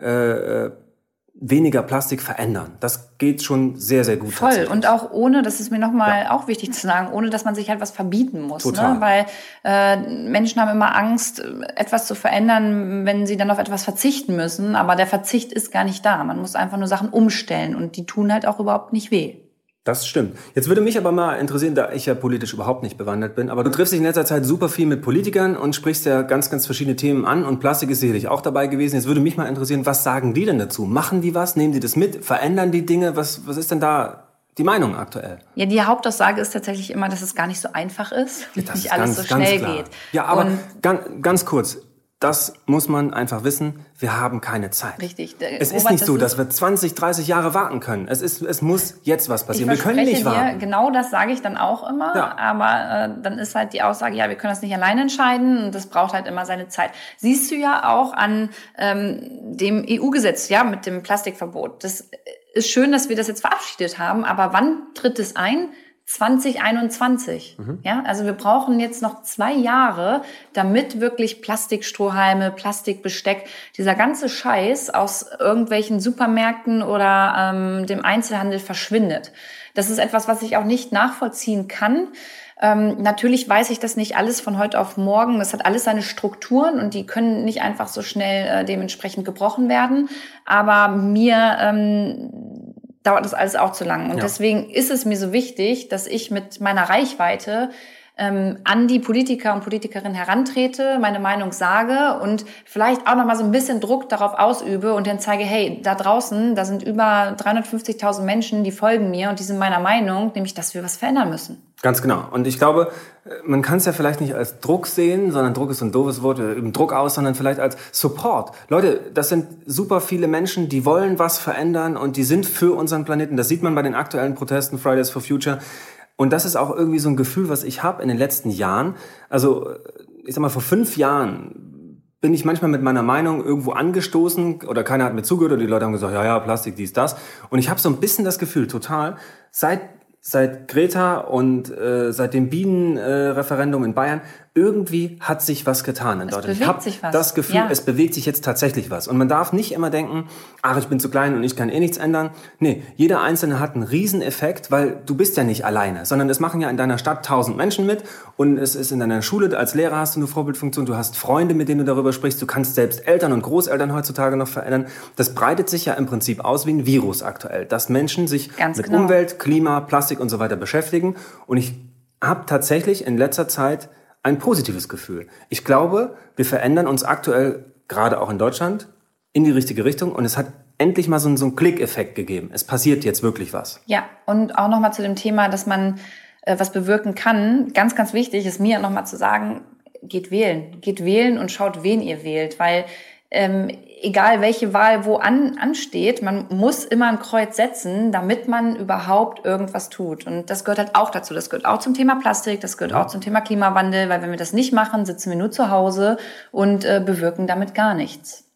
äh, weniger Plastik verändern. Das geht schon sehr, sehr gut. Voll. Und auch ohne, das ist mir nochmal ja. auch wichtig zu sagen, ohne, dass man sich halt was verbieten muss. Total. Ne? Weil äh, Menschen haben immer Angst, etwas zu verändern, wenn sie dann auf etwas verzichten müssen. Aber der Verzicht ist gar nicht da. Man muss einfach nur Sachen umstellen und die tun halt auch überhaupt nicht weh. Das stimmt. Jetzt würde mich aber mal interessieren, da ich ja politisch überhaupt nicht bewandert bin, aber du triffst dich in letzter Zeit super viel mit Politikern und sprichst ja ganz, ganz verschiedene Themen an und Plastik ist sicherlich auch dabei gewesen. Jetzt würde mich mal interessieren, was sagen die denn dazu? Machen die was? Nehmen die das mit? Verändern die Dinge? Was, was ist denn da die Meinung aktuell? Ja, die Hauptaussage ist tatsächlich immer, dass es gar nicht so einfach ist, ja, das nicht ist alles ganz, so schnell ganz geht. Ja, aber und ganz, ganz kurz. Das muss man einfach wissen, wir haben keine Zeit. Richtig. Es ist Robert, nicht so, das dass wir zwanzig, dreißig Jahre warten können. Es, ist, es muss jetzt was passieren. Wir können nicht dir, warten. Genau das sage ich dann auch immer. Ja. Aber äh, dann ist halt die Aussage, ja, wir können das nicht alleine entscheiden. Und das braucht halt immer seine Zeit. Siehst du ja auch an ähm, dem E U-Gesetz, ja, mit dem Plastikverbot. Das ist schön, dass wir das jetzt verabschiedet haben. Aber wann tritt es ein? zwanzig einundzwanzig. Mhm. Ja, also wir brauchen jetzt noch zwei Jahre, damit wirklich Plastikstrohhalme, Plastikbesteck, dieser ganze Scheiß aus irgendwelchen Supermärkten oder ähm, dem Einzelhandel verschwindet. Das ist etwas, was ich auch nicht nachvollziehen kann. Ähm, natürlich weiß ich das nicht alles von heute auf morgen. Das hat alles seine Strukturen und die können nicht einfach so schnell äh, dementsprechend gebrochen werden. Aber mir ähm, dauert das alles auch zu lang. Und ja. deswegen ist es mir so wichtig, dass ich mit meiner Reichweite ähm, an die Politiker und Politikerinnen herantrete, meine Meinung sage und vielleicht auch noch mal so ein bisschen Druck darauf ausübe und dann zeige, hey, da draußen, da sind über dreihundertfünfzigtausend Menschen, die folgen mir und die sind meiner Meinung, nämlich, dass wir was verändern müssen. Ganz genau. Und ich glaube, man kann es ja vielleicht nicht als Druck sehen, sondern Druck ist so ein doofes Wort, wir üben Druck aus, sondern vielleicht als Support. Leute, das sind super viele Menschen, die wollen was verändern und die sind für unseren Planeten. Das sieht man bei den aktuellen Protesten, Fridays for Future. Und das ist auch irgendwie so ein Gefühl, was ich habe in den letzten Jahren. Also, ich sag mal, vor fünf Jahren bin ich manchmal mit meiner Meinung irgendwo angestoßen oder keiner hat mir zugehört oder die Leute haben gesagt, ja, ja, Plastik, dies, das. Und ich habe so ein bisschen das Gefühl, total, seit Seit Greta und äh, seit dem Bienenreferendum äh, in Bayern, irgendwie hat sich was getan in Deutschland. Ich habe das Gefühl, ja. es bewegt sich jetzt tatsächlich was. Und man darf nicht immer denken, ach, ich bin zu klein und ich kann eh nichts ändern. Nee, jeder Einzelne hat einen Rieseneffekt, weil du bist ja nicht alleine, sondern es machen ja in deiner Stadt tausend Menschen mit und es ist in deiner Schule, als Lehrer hast du eine Vorbildfunktion, du hast Freunde, mit denen du darüber sprichst, du kannst selbst Eltern und Großeltern heutzutage noch verändern. Das breitet sich ja im Prinzip aus wie ein Virus aktuell, dass Menschen sich Ganz mit genau. Umwelt, Klima, Plastik und so weiter beschäftigen. Und ich habe tatsächlich in letzter Zeit ein positives Gefühl. Ich glaube, wir verändern uns aktuell, gerade auch in Deutschland, in die richtige Richtung. Und es hat endlich mal so einen, so einen Klick-Effekt gegeben. Es passiert jetzt wirklich was. Ja, und auch nochmal zu dem Thema, dass man äh, was bewirken kann. Ganz, ganz wichtig ist mir nochmal zu sagen, geht wählen. Geht wählen und schaut, wen ihr wählt. Weil ähm, egal welche Wahl wo an, ansteht, man muss immer ein Kreuz setzen, damit man überhaupt irgendwas tut. Und das gehört halt auch dazu. Das gehört auch zum Thema Plastik, das gehört ja. auch zum Thema Klimawandel, weil wenn wir das nicht machen, sitzen wir nur zu Hause und äh, bewirken damit gar nichts.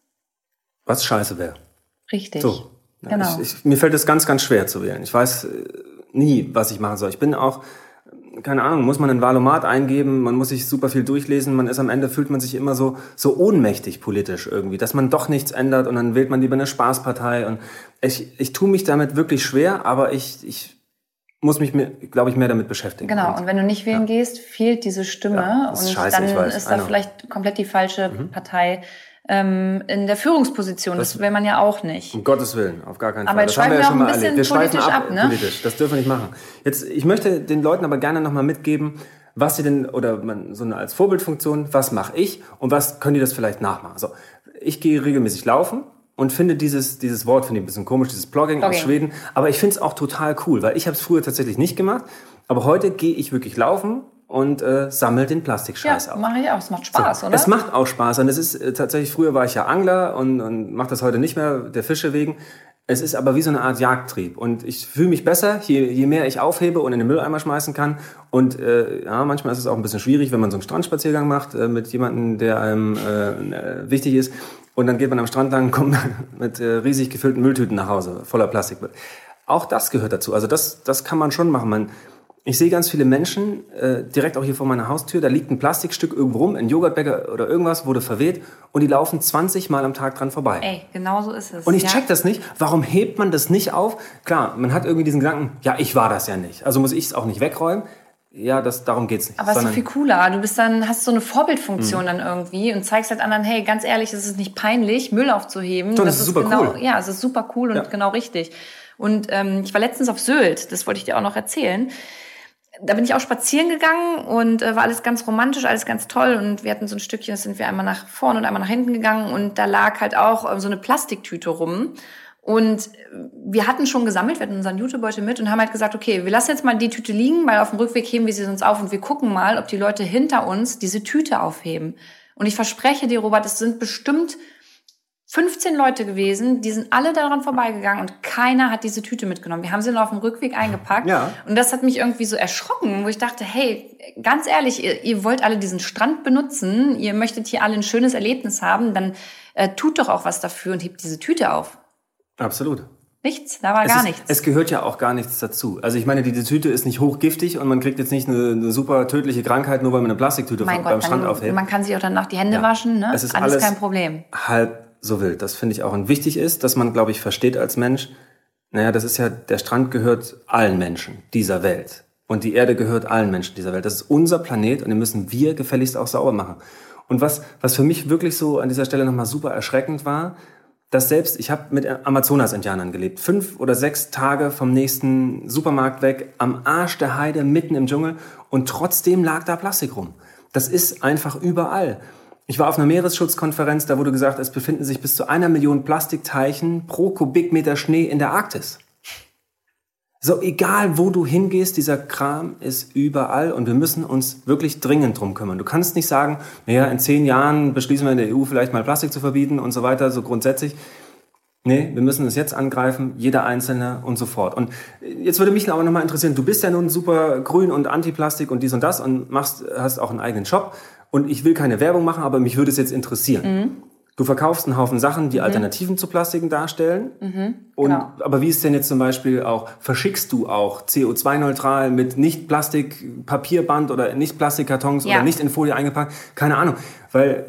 Was scheiße wäre. Richtig. So. Genau. Ich, ich, mir fällt es ganz, ganz schwer zu wählen. Ich weiß äh, nie, was ich machen soll. Ich bin auch, keine Ahnung, muss man ein Valomat eingeben, man muss sich super viel durchlesen, man ist am Ende, fühlt man sich immer so, so ohnmächtig politisch irgendwie, dass man doch nichts ändert und dann wählt man lieber eine Spaßpartei und ich, ich tue mich damit wirklich schwer, aber ich, ich muss mich, glaube ich, mehr damit beschäftigen. Genau, und, und wenn du nicht wählen ja. gehst, fehlt diese Stimme ja, und scheiße, dann ich weiß, ist da vielleicht komplett die falsche mhm. Partei ähm, in der Führungsposition. Das, das will man ja auch nicht. Um Gottes Willen, auf gar keinen Fall. Aber jetzt das haben wir ja schon mal erlebt. Wir schweifen ab, ab ne? politisch. Das dürfen wir nicht machen. Jetzt, ich möchte den Leuten aber gerne nochmal mitgeben, was sie denn, oder man, so eine als Vorbildfunktion, was mache ich und was können die das vielleicht nachmachen? Also, ich gehe regelmäßig laufen und finde dieses, dieses Wort, finde ich ein bisschen komisch, dieses Blogging, Blogging. aus Schweden. Aber ich finde es auch total cool, weil ich habe es früher tatsächlich nicht gemacht. Aber heute gehe ich wirklich laufen und äh, sammle den Plastikscheiß ja, auf. Ja, mache ich auch. Es macht Spaß, so, oder? Es macht auch Spaß. Und es ist äh, tatsächlich, früher war ich ja Angler und, und mache das heute nicht mehr, der Fische wegen. Es ist aber wie so eine Art Jagdtrieb. Und ich fühle mich besser, je, je mehr ich aufhebe und in den Mülleimer schmeißen kann. Und äh, ja, manchmal ist es auch ein bisschen schwierig, wenn man so einen Strandspaziergang macht äh, mit jemandem, der einem äh, wichtig ist. Und dann geht man am Strand lang und kommt mit äh, riesig gefüllten Mülltüten nach Hause, voller Plastik. auch das gehört dazu. Also das, das kann man schon machen. Man, ich sehe ganz viele Menschen, äh, direkt auch hier vor meiner Haustür, da liegt ein Plastikstück irgendwo rum, ein Joghurtbecher oder irgendwas, wurde verweht und die laufen zwanzig Mal am Tag dran vorbei. Ey, genau so ist es. Und ich ja. check das nicht. Warum hebt man das nicht auf? Klar, man hat irgendwie diesen Gedanken, ja, ich war das ja nicht. Also muss ich es auch nicht wegräumen. Ja, das, darum geht's nicht. Aber es ist so viel cooler. Du bist dann, hast so eine Vorbildfunktion mhm. dann irgendwie und zeigst halt anderen, hey, ganz ehrlich, es ist nicht peinlich, Müll aufzuheben. Doch, das, das ist super genau, cool. Ja, es ist super cool und ja. genau richtig. Und ähm, ich war letztens auf Sylt, das wollte ich dir auch noch erzählen. Da bin ich auch spazieren gegangen und äh, war alles ganz romantisch, alles ganz toll. Und wir hatten so ein Stückchen, das sind wir einmal nach vorne und einmal nach hinten gegangen. Und da lag halt auch äh, so eine Plastiktüte rum. Und wir hatten schon gesammelt, wir hatten unseren Jutebeutel mit und haben halt gesagt, okay, wir lassen jetzt mal die Tüte liegen, weil auf dem Rückweg heben wir sie sonst auf und wir gucken mal, ob die Leute hinter uns diese Tüte aufheben. Und ich verspreche dir, Robert, es sind bestimmt fünfzehn Leute gewesen, die sind alle daran vorbeigegangen und keiner hat diese Tüte mitgenommen. Wir haben sie nur auf dem Rückweg eingepackt. Ja. Und das hat mich irgendwie so erschrocken, wo ich dachte, hey, ganz ehrlich, ihr, ihr wollt alle diesen Strand benutzen, ihr möchtet hier alle ein schönes Erlebnis haben, dann äh, tut doch auch was dafür und hebt diese Tüte auf. Absolut. Nichts, da war es gar ist, nichts. Es gehört ja auch gar nichts dazu. Also ich meine, diese Tüte ist nicht hochgiftig und man kriegt jetzt nicht eine, eine super tödliche Krankheit, nur weil man eine Plastiktüte mein beim Gott, Strand man, aufhebt. Man kann sich auch danach die Hände ja. waschen, ne? Es ist alles, alles kein Problem. Halb so wild. Das finde ich auch. Und wichtig ist, dass man, glaube ich, versteht als Mensch, naja, das ist ja, der Strand gehört allen Menschen dieser Welt. Und die Erde gehört allen Menschen dieser Welt. Das ist unser Planet und den müssen wir gefälligst auch sauber machen. Und was, was für mich wirklich so an dieser Stelle nochmal super erschreckend war, dass selbst, ich habe mit Amazonas-Indianern gelebt, fünf oder sechs Tage vom nächsten Supermarkt weg, am Arsch der Heide, mitten im Dschungel und trotzdem lag da Plastik rum. Das ist einfach überall. Ich war auf einer Meeresschutzkonferenz, da wurde gesagt, es befinden sich bis zu einer Million Plastikteichen pro Kubikmeter Schnee in der Arktis. So, egal wo du hingehst, dieser Kram ist überall und wir müssen uns wirklich dringend drum kümmern. Du kannst nicht sagen, naja, in zehn Jahren beschließen wir in der E U vielleicht mal Plastik zu verbieten und so weiter, so grundsätzlich. Nee, wir müssen es jetzt angreifen, jeder Einzelne und so fort. Und jetzt würde mich aber nochmal interessieren, du bist ja nun super grün und Anti-Plastik und dies und das und machst, hast auch einen eigenen Shop. Und ich will keine Werbung machen, aber mich würde es jetzt interessieren. Mhm. Du verkaufst einen Haufen Sachen, die mhm. Alternativen zu Plastiken darstellen. Mhm, und, genau. Aber wie ist denn jetzt zum Beispiel auch, verschickst du auch C O zwei neutral mit nicht Plastik-Papierband oder nicht Plastikkartons ja. oder nicht in Folie eingepackt? Keine Ahnung. Weil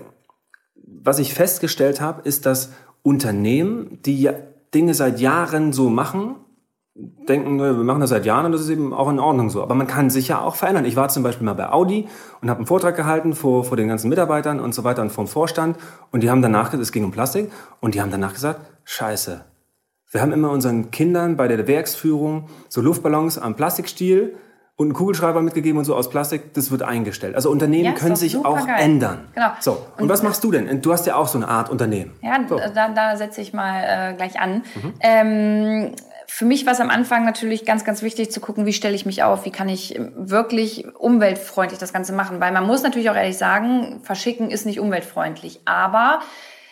was ich festgestellt habe, ist, dass Unternehmen, die Dinge seit Jahren so machen, denken, wir machen das seit Jahren und das ist eben auch in Ordnung so. Aber man kann sich ja auch verändern. Ich war zum Beispiel mal bei Audi und habe einen Vortrag gehalten vor, vor den ganzen Mitarbeitern und so weiter und vor dem Vorstand. Und die haben danach gesagt, es ging um Plastik, und die haben danach gesagt, scheiße, wir haben immer unseren Kindern bei der Werksführung so Luftballons am Plastikstiel und einen Kugelschreiber mitgegeben und so aus Plastik, das wird eingestellt. Also Unternehmen ja, können sich auch geil. ändern. Genau. So, und, und was machst du denn? Du hast ja auch so eine Art Unternehmen. Ja, so. da, da setze ich mal äh, gleich an. Mhm. Ähm, Für mich war es am Anfang natürlich ganz, ganz wichtig zu gucken, wie stelle ich mich auf, wie kann ich wirklich umweltfreundlich das Ganze machen. Weil man muss natürlich auch ehrlich sagen, verschicken ist nicht umweltfreundlich. Aber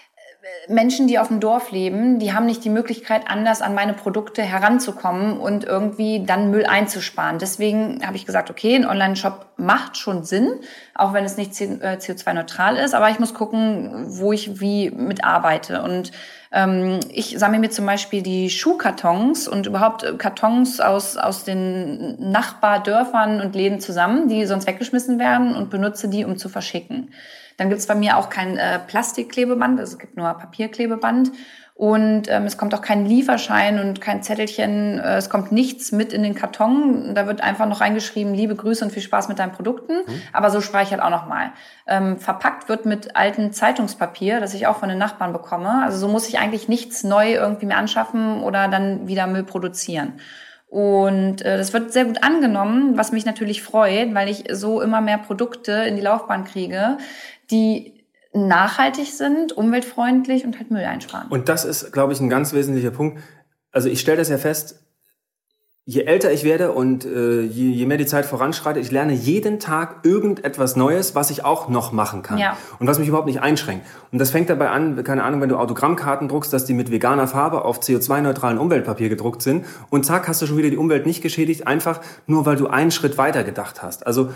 Menschen, die auf dem Dorf leben, die haben nicht die Möglichkeit, anders an meine Produkte heranzukommen und irgendwie dann Müll einzusparen. Deswegen habe ich gesagt, okay, ein Online-Shop macht schon Sinn, auch wenn es nicht C O zwei neutral ist. Aber ich muss gucken, wo ich wie mitarbeite. Und ähm, ich sammle mir zum Beispiel die Schuhkartons und überhaupt Kartons aus, aus den Nachbardörfern und Läden zusammen, die sonst weggeschmissen werden, und benutze die, um zu verschicken. Dann gibt's bei mir auch kein äh, Plastikklebeband, also es gibt nur Papierklebeband. Und ähm, es kommt auch kein Lieferschein und kein Zettelchen. Äh, es kommt nichts mit in den Karton. Da wird einfach noch reingeschrieben, liebe Grüße und viel Spaß mit deinen Produkten. Mhm. Aber so spare ich halt auch noch mal. Ähm, verpackt wird mit altem Zeitungspapier, das ich auch von den Nachbarn bekomme. Also so muss ich eigentlich nichts neu irgendwie mehr anschaffen oder dann wieder Müll produzieren. Und äh, das wird sehr gut angenommen, was mich natürlich freut, weil ich so immer mehr Produkte in die Laufbahn kriege, die nachhaltig sind, umweltfreundlich und halt Müll einsparen. Und das ist, glaube ich, ein ganz wesentlicher Punkt. Also ich stelle das ja fest, je älter ich werde und äh, je, je mehr die Zeit voranschreitet, ich lerne jeden Tag irgendetwas Neues, was ich auch noch machen kann. Ja. Und was mich überhaupt nicht einschränkt. Und das fängt dabei an, keine Ahnung, wenn du Autogrammkarten druckst, dass die mit veganer Farbe auf C O zwei neutralen Umweltpapier gedruckt sind. Und zack, hast du schon wieder die Umwelt nicht geschädigt, einfach nur, weil du einen Schritt weiter gedacht hast. Also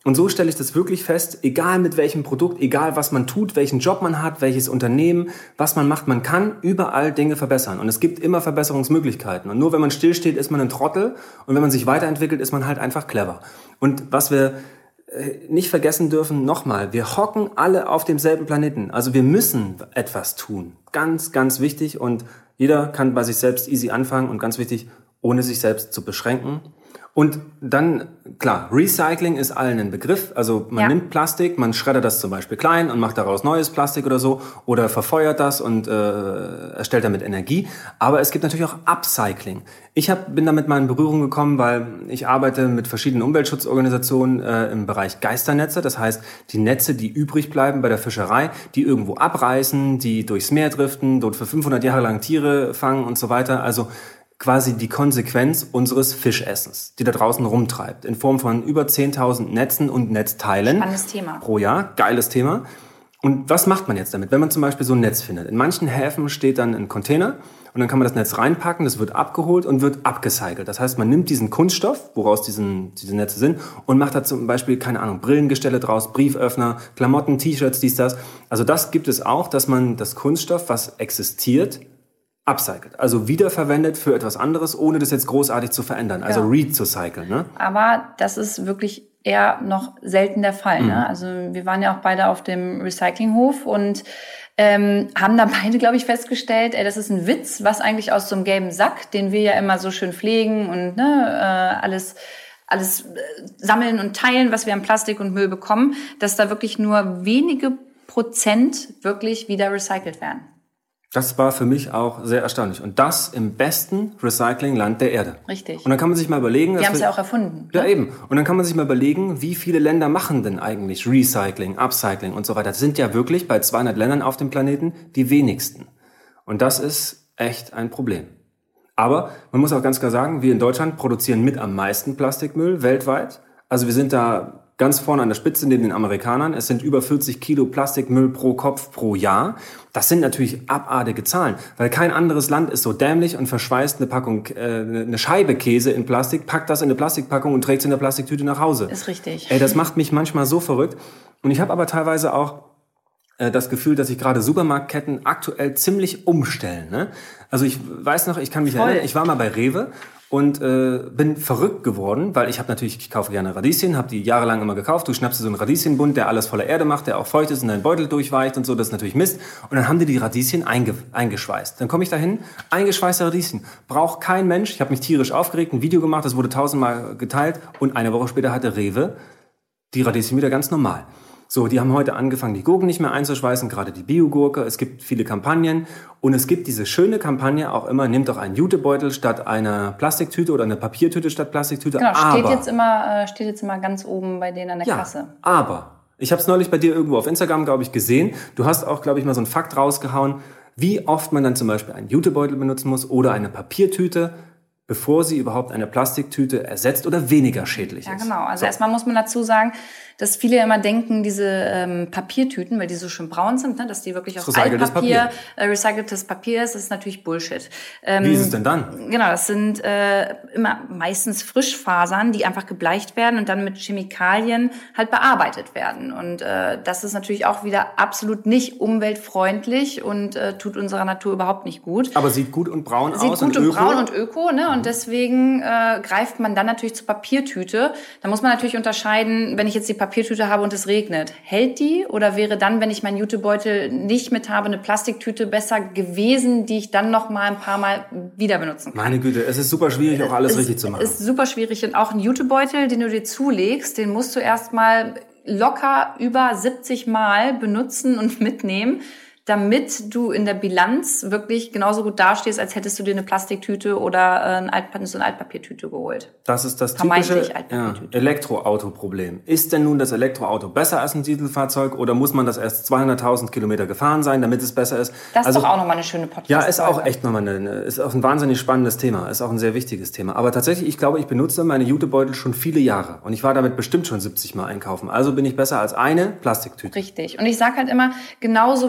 Und so stelle ich das wirklich fest, egal mit welchem Produkt, egal was man tut, welchen Job man hat, welches Unternehmen, was man macht, man kann überall Dinge verbessern. Und es gibt immer Verbesserungsmöglichkeiten. Und nur wenn man stillsteht, ist man ein Trottel. Und wenn man sich weiterentwickelt, ist man halt einfach clever. Und was wir nicht vergessen dürfen, nochmal, wir hocken alle auf demselben Planeten. Also wir müssen etwas tun. Ganz, ganz wichtig. Und jeder kann bei sich selbst easy anfangen und ganz wichtig, ohne sich selbst zu beschränken. Und dann, klar, Recycling ist allen ein Begriff. Also man ja. nimmt Plastik, man schreddert das zum Beispiel klein und macht daraus neues Plastik oder so oder verfeuert das und äh, erstellt damit Energie. Aber es gibt natürlich auch Upcycling. Ich hab, bin damit mal in Berührung gekommen, weil ich arbeite mit verschiedenen Umweltschutzorganisationen äh, im Bereich Geisternetze. Das heißt, die Netze, die übrig bleiben bei der Fischerei, die irgendwo abreißen, die durchs Meer driften, dort für fünfhundert Jahre lang Tiere fangen und so weiter. Also quasi die Konsequenz unseres Fischessens, die da draußen rumtreibt, in Form von über zehntausend Netzen und Netzteilen. Spannendes Thema. Pro Jahr, geiles Thema. Und was macht man jetzt damit, wenn man zum Beispiel so ein Netz findet? In manchen Häfen steht dann ein Container und dann kann man das Netz reinpacken, das wird abgeholt und wird abgecycelt. Das heißt, man nimmt diesen Kunststoff, woraus diesen, diese Netze sind, und macht da zum Beispiel, keine Ahnung, Brillengestelle draus, Brieföffner, Klamotten, T-Shirts, dies, das. Also das gibt es auch, dass man das Kunststoff, was existiert, upcycelt, also wiederverwendet für etwas anderes, ohne das jetzt großartig zu verändern, also ja. recyceln. Ne? Aber das ist wirklich eher noch selten der Fall. Mhm. Ne? Also wir waren ja auch beide auf dem Recyclinghof und ähm, haben da beide, glaube ich, festgestellt, ey, das ist ein Witz, was eigentlich aus so einem gelben Sack, den wir ja immer so schön pflegen und ne, äh, alles alles sammeln und teilen, was wir an Plastik und Müll bekommen, dass da wirklich nur wenige Prozent wirklich wieder recycelt werden. Das war für mich auch sehr erstaunlich. Und das im besten Recyclingland der Erde. Richtig. Und dann kann man sich mal überlegen... Die haben es ja auch erfunden. Ja, ne? eben. Und dann kann man sich mal überlegen, wie viele Länder machen denn eigentlich Recycling, Upcycling und so weiter. Das sind ja wirklich bei zweihundert Ländern auf dem Planeten die wenigsten. Und das ist echt ein Problem. Aber man muss auch ganz klar sagen, wir in Deutschland produzieren mit am meisten Plastikmüll weltweit. Also wir sind da ganz vorne an der Spitze neben den Amerikanern. Es sind über vierzig Kilo Plastikmüll pro Kopf pro Jahr. Das sind natürlich abartige Zahlen, weil kein anderes Land ist so dämlich und verschweißt eine Packung, äh, eine Scheibe Käse in Plastik, packt das in eine Plastikpackung und trägt es in der Plastiktüte nach Hause. Ist richtig. Ey, das macht mich manchmal so verrückt. Und ich habe aber teilweise auch äh, das Gefühl, dass sich gerade Supermarktketten aktuell ziemlich umstellen. Ne? Also ich weiß noch, ich kann mich Voll. erinnern, ich war mal bei Rewe. Und äh, bin verrückt geworden, weil ich habe natürlich, ich kaufe gerne Radieschen, habe die jahrelang immer gekauft. Du schnappst dir so einen Radieschenbund, der alles voller Erde macht, der auch feucht ist und dein Beutel durchweicht und so, das ist natürlich Mist. Und dann haben die die Radieschen einge- eingeschweißt. Dann komme ich dahin, eingeschweißte Radieschen. Braucht kein Mensch. Ich habe mich tierisch aufgeregt, ein Video gemacht, das wurde tausendmal geteilt. Und eine Woche später hatte Rewe die Radieschen wieder ganz normal. So, die haben heute angefangen, die Gurken nicht mehr einzuschweißen, gerade die Biogurke. Es gibt viele Kampagnen und es gibt diese schöne Kampagne auch immer, nehmt doch einen Jutebeutel statt einer Plastiktüte oder eine Papiertüte statt Plastiktüte. Genau, steht, aber, jetzt immer, steht jetzt immer ganz oben bei denen an der ja, Kasse. aber, ich habe es neulich bei dir irgendwo auf Instagram, glaube ich, gesehen. Du hast auch, glaube ich, mal so einen Fakt rausgehauen, wie oft man dann zum Beispiel einen Jutebeutel benutzen muss oder eine Papiertüte, bevor sie überhaupt eine Plastiktüte ersetzt oder weniger schädlich ist. Ja, genau. Also so. Erstmal muss man dazu sagen, dass viele immer denken, diese ähm, Papiertüten, weil die so schön braun sind, ne, dass die wirklich aus Recyceltes Altpapier, Papier. Äh, recyceltes Papier ist, das ist natürlich Bullshit. Ähm, Wie ist es denn dann? Genau, das sind äh, immer meistens Frischfasern, die einfach gebleicht werden und dann mit Chemikalien halt bearbeitet werden. Und äh, das ist natürlich auch wieder absolut nicht umweltfreundlich und äh, tut unserer Natur überhaupt nicht gut. Aber sieht gut und braun sieht aus gut und, und öko. braun und öko, ne? Und deswegen äh, greift man dann natürlich zur Papiertüte. Da muss man natürlich unterscheiden, wenn ich jetzt die Papiertüte habe und es regnet. Hält die oder wäre dann, wenn ich meinen Jutebeutel nicht mit habe, eine Plastiktüte besser gewesen, die ich dann noch mal ein paar Mal wieder benutzen kann? Meine Güte, es ist super schwierig, auch alles es richtig zu machen. Es ist super schwierig. Und auch ein Jutebeutel, den du dir zulegst, den musst du erst mal locker über siebzig Mal benutzen und mitnehmen, damit du in der Bilanz wirklich genauso gut dastehst, als hättest du dir eine Plastiktüte oder ein Altpa- so eine Altpapiertüte geholt. Das ist das typische ja, Altpapiertüte. Elektroauto-Problem. Ist denn nun das Elektroauto besser als ein Dieselfahrzeug oder muss man das erst zweihunderttausend Kilometer gefahren sein, damit es besser ist? Das ist also, doch auch nochmal eine schöne Podcast. Ja, ist auch echt nochmal eine, ist auch ein wahnsinnig spannendes Thema, ist auch ein sehr wichtiges Thema. Aber tatsächlich, ich glaube, ich benutze meine Jutebeutel schon viele Jahre und ich war damit bestimmt schon siebzig Mal einkaufen. Also bin ich besser als eine Plastiktüte. Richtig. Und ich sage halt immer, genauso wie man da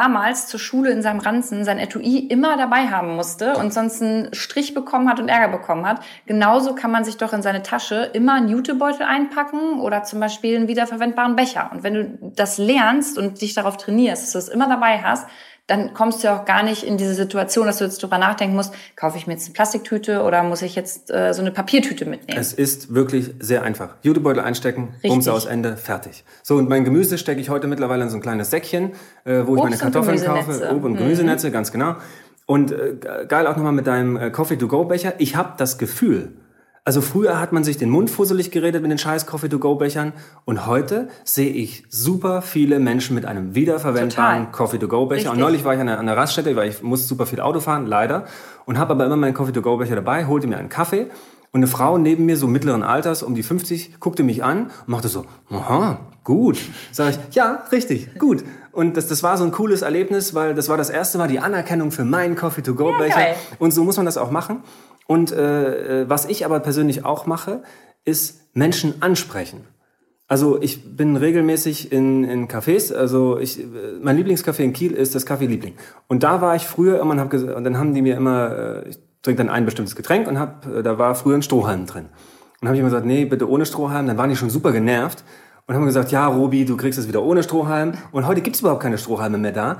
damals zur Schule in seinem Ranzen sein Etui immer dabei haben musste und sonst einen Strich bekommen hat und Ärger bekommen hat. Genauso kann man sich doch in seine Tasche immer einen Jutebeutel einpacken oder zum Beispiel einen wiederverwendbaren Becher. Und wenn du das lernst und dich darauf trainierst, dass du es immer dabei hast, dann kommst du ja auch gar nicht in diese Situation, dass du jetzt drüber nachdenken musst, kaufe ich mir jetzt eine Plastiktüte oder muss ich jetzt äh, so eine Papiertüte mitnehmen? Es ist wirklich sehr einfach. Jutebeutel einstecken, Bums aus, Ende, fertig. So, und mein Gemüse stecke ich heute mittlerweile in so ein kleines Säckchen, äh, wo ich meine Kartoffeln kaufe. Obst- und Gemüsenetze, mhm. ganz genau. Und äh, geil auch nochmal mit deinem äh, Coffee-to-go-Becher. Ich habe das Gefühl, also früher hat man sich den Mund fusselig geredet mit den scheiß Coffee-to-go-Bechern und heute sehe ich super viele Menschen mit einem wiederverwendbaren Coffee-to-go-Becher. Und neulich war ich an der, an der Raststätte, weil ich musste super viel Auto fahren, leider, und habe aber immer meinen Coffee-to-go-Becher dabei, holte mir einen Kaffee und eine Frau neben mir, so mittleren Alters, um die fünfzig, guckte mich an und machte so, aha, gut. Sag ich, ja, richtig, gut. Und das, das war so ein cooles Erlebnis, weil das war das erste Mal die Anerkennung für meinen Coffee-to-go-Becher. Ja, und so muss man das auch machen. Und äh, was ich aber persönlich auch mache, ist Menschen ansprechen. Also ich bin regelmäßig in, in Cafés, also ich, mein Lieblingscafé in Kiel ist das Café Liebling. Und da war ich früher immer und, hab ges- und dann haben die mir immer, äh, ich trinke dann ein bestimmtes Getränk und hab, äh, da war früher ein Strohhalm drin. Und habe ich immer gesagt, nee, bitte ohne Strohhalm. Dann waren die schon super genervt und haben gesagt, ja, Robi, du kriegst es wieder ohne Strohhalm. Und heute gibt's überhaupt keine Strohhalme mehr da.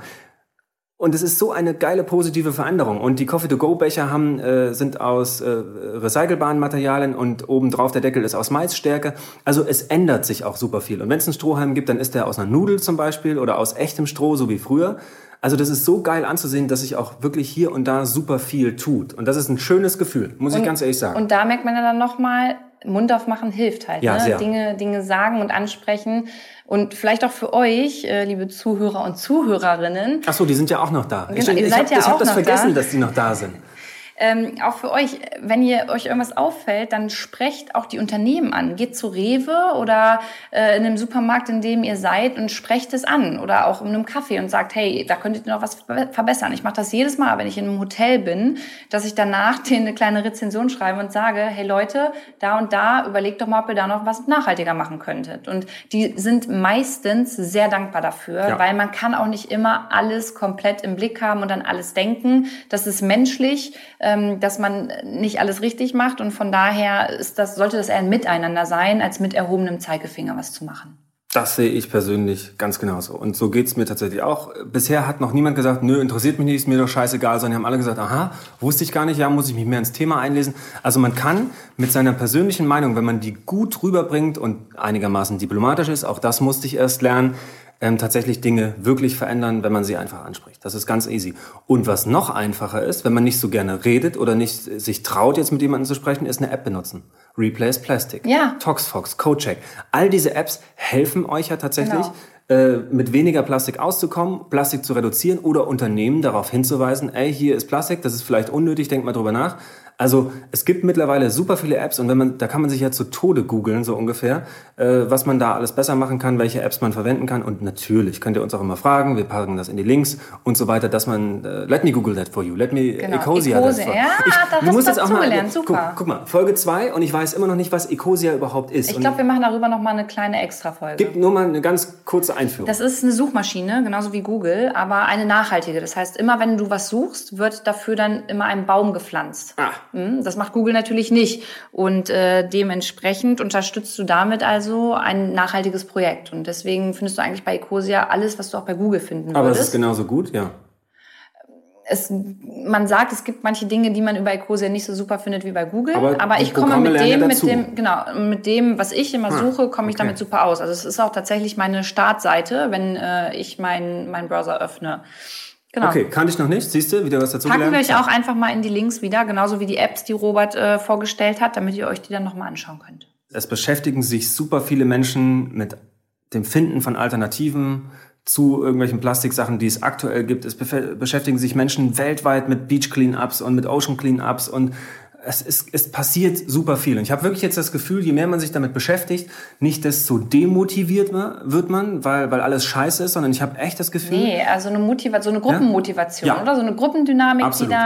Und es ist so eine geile positive Veränderung. Und die Coffee-to-go-Becher haben, äh, sind aus äh, recycelbaren Materialien und obendrauf der Deckel ist aus Maisstärke. Also es ändert sich auch super viel. Und wenn es einen Strohhalm gibt, dann ist der aus einer Nudel zum Beispiel oder aus echtem Stroh, so wie früher. Also das ist so geil anzusehen, dass sich auch wirklich hier und da super viel tut. Und das ist ein schönes Gefühl, muss und, ich ganz ehrlich sagen. Und da merkt man ja dann nochmal, Mund aufmachen hilft halt. Ja, ne? sehr. Dinge, Dinge sagen und ansprechen. Und vielleicht auch für euch, äh, liebe Zuhörer und Zuhörerinnen. Ach so, die sind ja auch noch da. Genau, ich ihr ich seid habe ja hab auch das noch vergessen, da. dass die noch da sind. Ähm, auch für euch, wenn ihr euch irgendwas auffällt, dann sprecht auch die Unternehmen an. Geht zu Rewe oder äh, in einem Supermarkt, in dem ihr seid und sprecht es an. Oder auch in einem Café und sagt, hey, da könntet ihr noch was verbessern. Ich mache das jedes Mal, wenn ich in einem Hotel bin, dass ich danach denen eine kleine Rezension schreibe und sage, hey Leute, da und da, überlegt doch mal, ob ihr da noch was nachhaltiger machen könntet. Und die sind meistens sehr dankbar dafür, ja. weil man kann auch nicht immer alles komplett im Blick haben und dann alles denken. Das ist menschlich, dass man nicht alles richtig macht und von daher ist das, sollte das eher ein Miteinander sein, als mit erhobenem Zeigefinger was zu machen. Das sehe ich persönlich ganz genauso. Und so geht's mir tatsächlich auch. Bisher hat noch niemand gesagt, nö, interessiert mich nicht, ist mir doch scheißegal, sondern die haben alle gesagt, aha, wusste ich gar nicht, ja, muss ich mich mehr ins Thema einlesen. Also man kann mit seiner persönlichen Meinung, wenn man die gut rüberbringt und einigermaßen diplomatisch ist, auch das musste ich erst lernen, Ähm, tatsächlich Dinge wirklich verändern, wenn man sie einfach anspricht. Das ist ganz easy. Und was noch einfacher ist, wenn man nicht so gerne redet oder nicht sich traut, jetzt mit jemandem zu sprechen, ist eine App benutzen. Replace Plastic, ja. ToxFox, CodeCheck. All diese Apps helfen euch ja tatsächlich, genau. äh, mit weniger Plastik auszukommen, Plastik zu reduzieren oder Unternehmen darauf hinzuweisen, ey, hier ist Plastik, das ist vielleicht unnötig, denkt mal drüber nach. Also es gibt mittlerweile super viele Apps und wenn man, da kann man sich ja zu Tode googeln, so ungefähr, äh, was man da alles besser machen kann, welche Apps man verwenden kann. Und natürlich könnt ihr uns auch immer fragen, wir packen das in die Links und so weiter, dass man, äh, let me Google that for you, let me genau. Ecosia Ecose, that for ja, ich, da du hast musst du jetzt auch zugelernt, mal, super. Guck, guck mal, Folge zwei und ich weiß immer noch nicht, was Ecosia überhaupt ist. Ich glaube, wir machen darüber noch mal eine kleine Extra-Folge. Gib nur mal eine ganz kurze Einführung. Das ist eine Suchmaschine, genauso wie Google, aber eine nachhaltige. Das heißt, immer wenn du was suchst, wird dafür dann immer ein Baum gepflanzt. Ah. Das macht Google natürlich nicht. Und äh, dementsprechend unterstützt du damit also ein nachhaltiges Projekt. Und deswegen findest du eigentlich bei Ecosia alles, was du auch bei Google finden würdest. Aber es ist genauso gut, ja. Es, man sagt, es gibt manche Dinge, die man über Ecosia nicht so super findet wie bei Google. Aber, aber ich komme mit dem, mit dem, genau, mit dem, was ich immer suche, komme ich okay. damit super aus. Also es ist auch tatsächlich meine Startseite, wenn äh, ich meinen mein Browser öffne. Genau. Okay, kannte ich noch nicht. Siehst du, wieder was dazu Packen gelernt? wir euch auch einfach mal in die Links wieder, genauso wie die Apps, die Robert äh, vorgestellt hat, damit ihr euch die dann nochmal anschauen könnt. Es beschäftigen sich super viele Menschen mit dem Finden von Alternativen zu irgendwelchen Plastiksachen, die es aktuell gibt. Es bef- beschäftigen sich Menschen weltweit mit Beach Cleanups und mit Ocean Cleanups und es, ist, es passiert super viel. Und ich habe wirklich jetzt das Gefühl, je mehr man sich damit beschäftigt, nicht desto demotiviert wird man, weil, weil alles scheiße ist, sondern ich habe echt das Gefühl... Nee, also eine Motivation, so eine Gruppenmotivation, ja? Ja. oder? So eine Gruppendynamik, Absolut. die da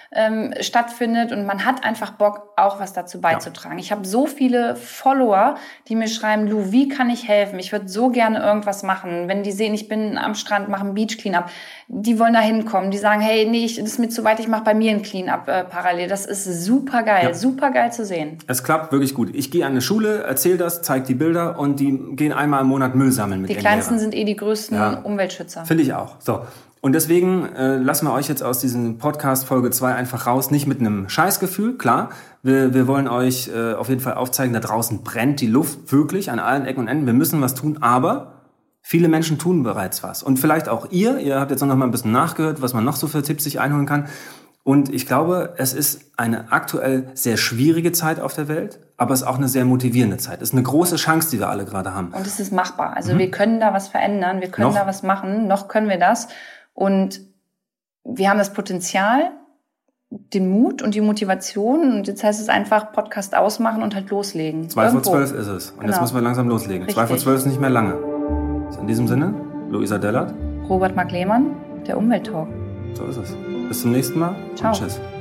ähm, stattfindet und man hat einfach Bock, auch was dazu beizutragen. Ja. Ich habe so viele Follower, die mir schreiben, Lu, wie kann ich helfen? Ich würde so gerne irgendwas machen. Wenn die sehen, ich bin am Strand, mache ein Beach Cleanup, die wollen da hinkommen. Die sagen, hey, nee, ich, das ist mir zu weit, ich mache bei mir ein Cleanup äh, parallel. Das ist super geil, ja. super geil zu sehen. Es klappt wirklich gut. Ich gehe an eine Schule, erzähle das, zeige die Bilder und die gehen einmal im Monat Müll sammeln mit Die ihren Kleinsten Lehrern. sind eh die größten ja. Umweltschützer. Finde ich auch. So. Und deswegen äh, lassen wir euch jetzt aus diesem Podcast Folge zwei einfach raus, nicht mit einem Scheißgefühl, klar. Wir, wir wollen euch äh, auf jeden Fall aufzeigen, da draußen brennt die Luft wirklich an allen Ecken und Enden. Wir müssen was tun, aber viele Menschen tun bereits was. Und vielleicht auch ihr, ihr habt jetzt noch mal ein bisschen nachgehört, was man noch so für Tipps sich einholen kann. Und ich glaube, es ist eine aktuell sehr schwierige Zeit auf der Welt, aber es ist auch eine sehr motivierende Zeit. Es ist eine große Chance, die wir alle gerade haben. Und es ist machbar. Also mhm. wir können da was verändern, wir können noch. da was machen, noch können wir das. Und wir haben das Potenzial, den Mut und die Motivation. Und jetzt heißt es einfach Podcast ausmachen und halt loslegen. Zwei vor zwölf ist es. Und genau. jetzt müssen wir langsam loslegen. Richtig. Zwei vor zwölf ist nicht mehr lange. In diesem Sinne, Luisa Dellert. Robert Mark Lehmann, der Umwelttalk. So ist es. Bis zum nächsten Mal. Ciao. Und tschüss.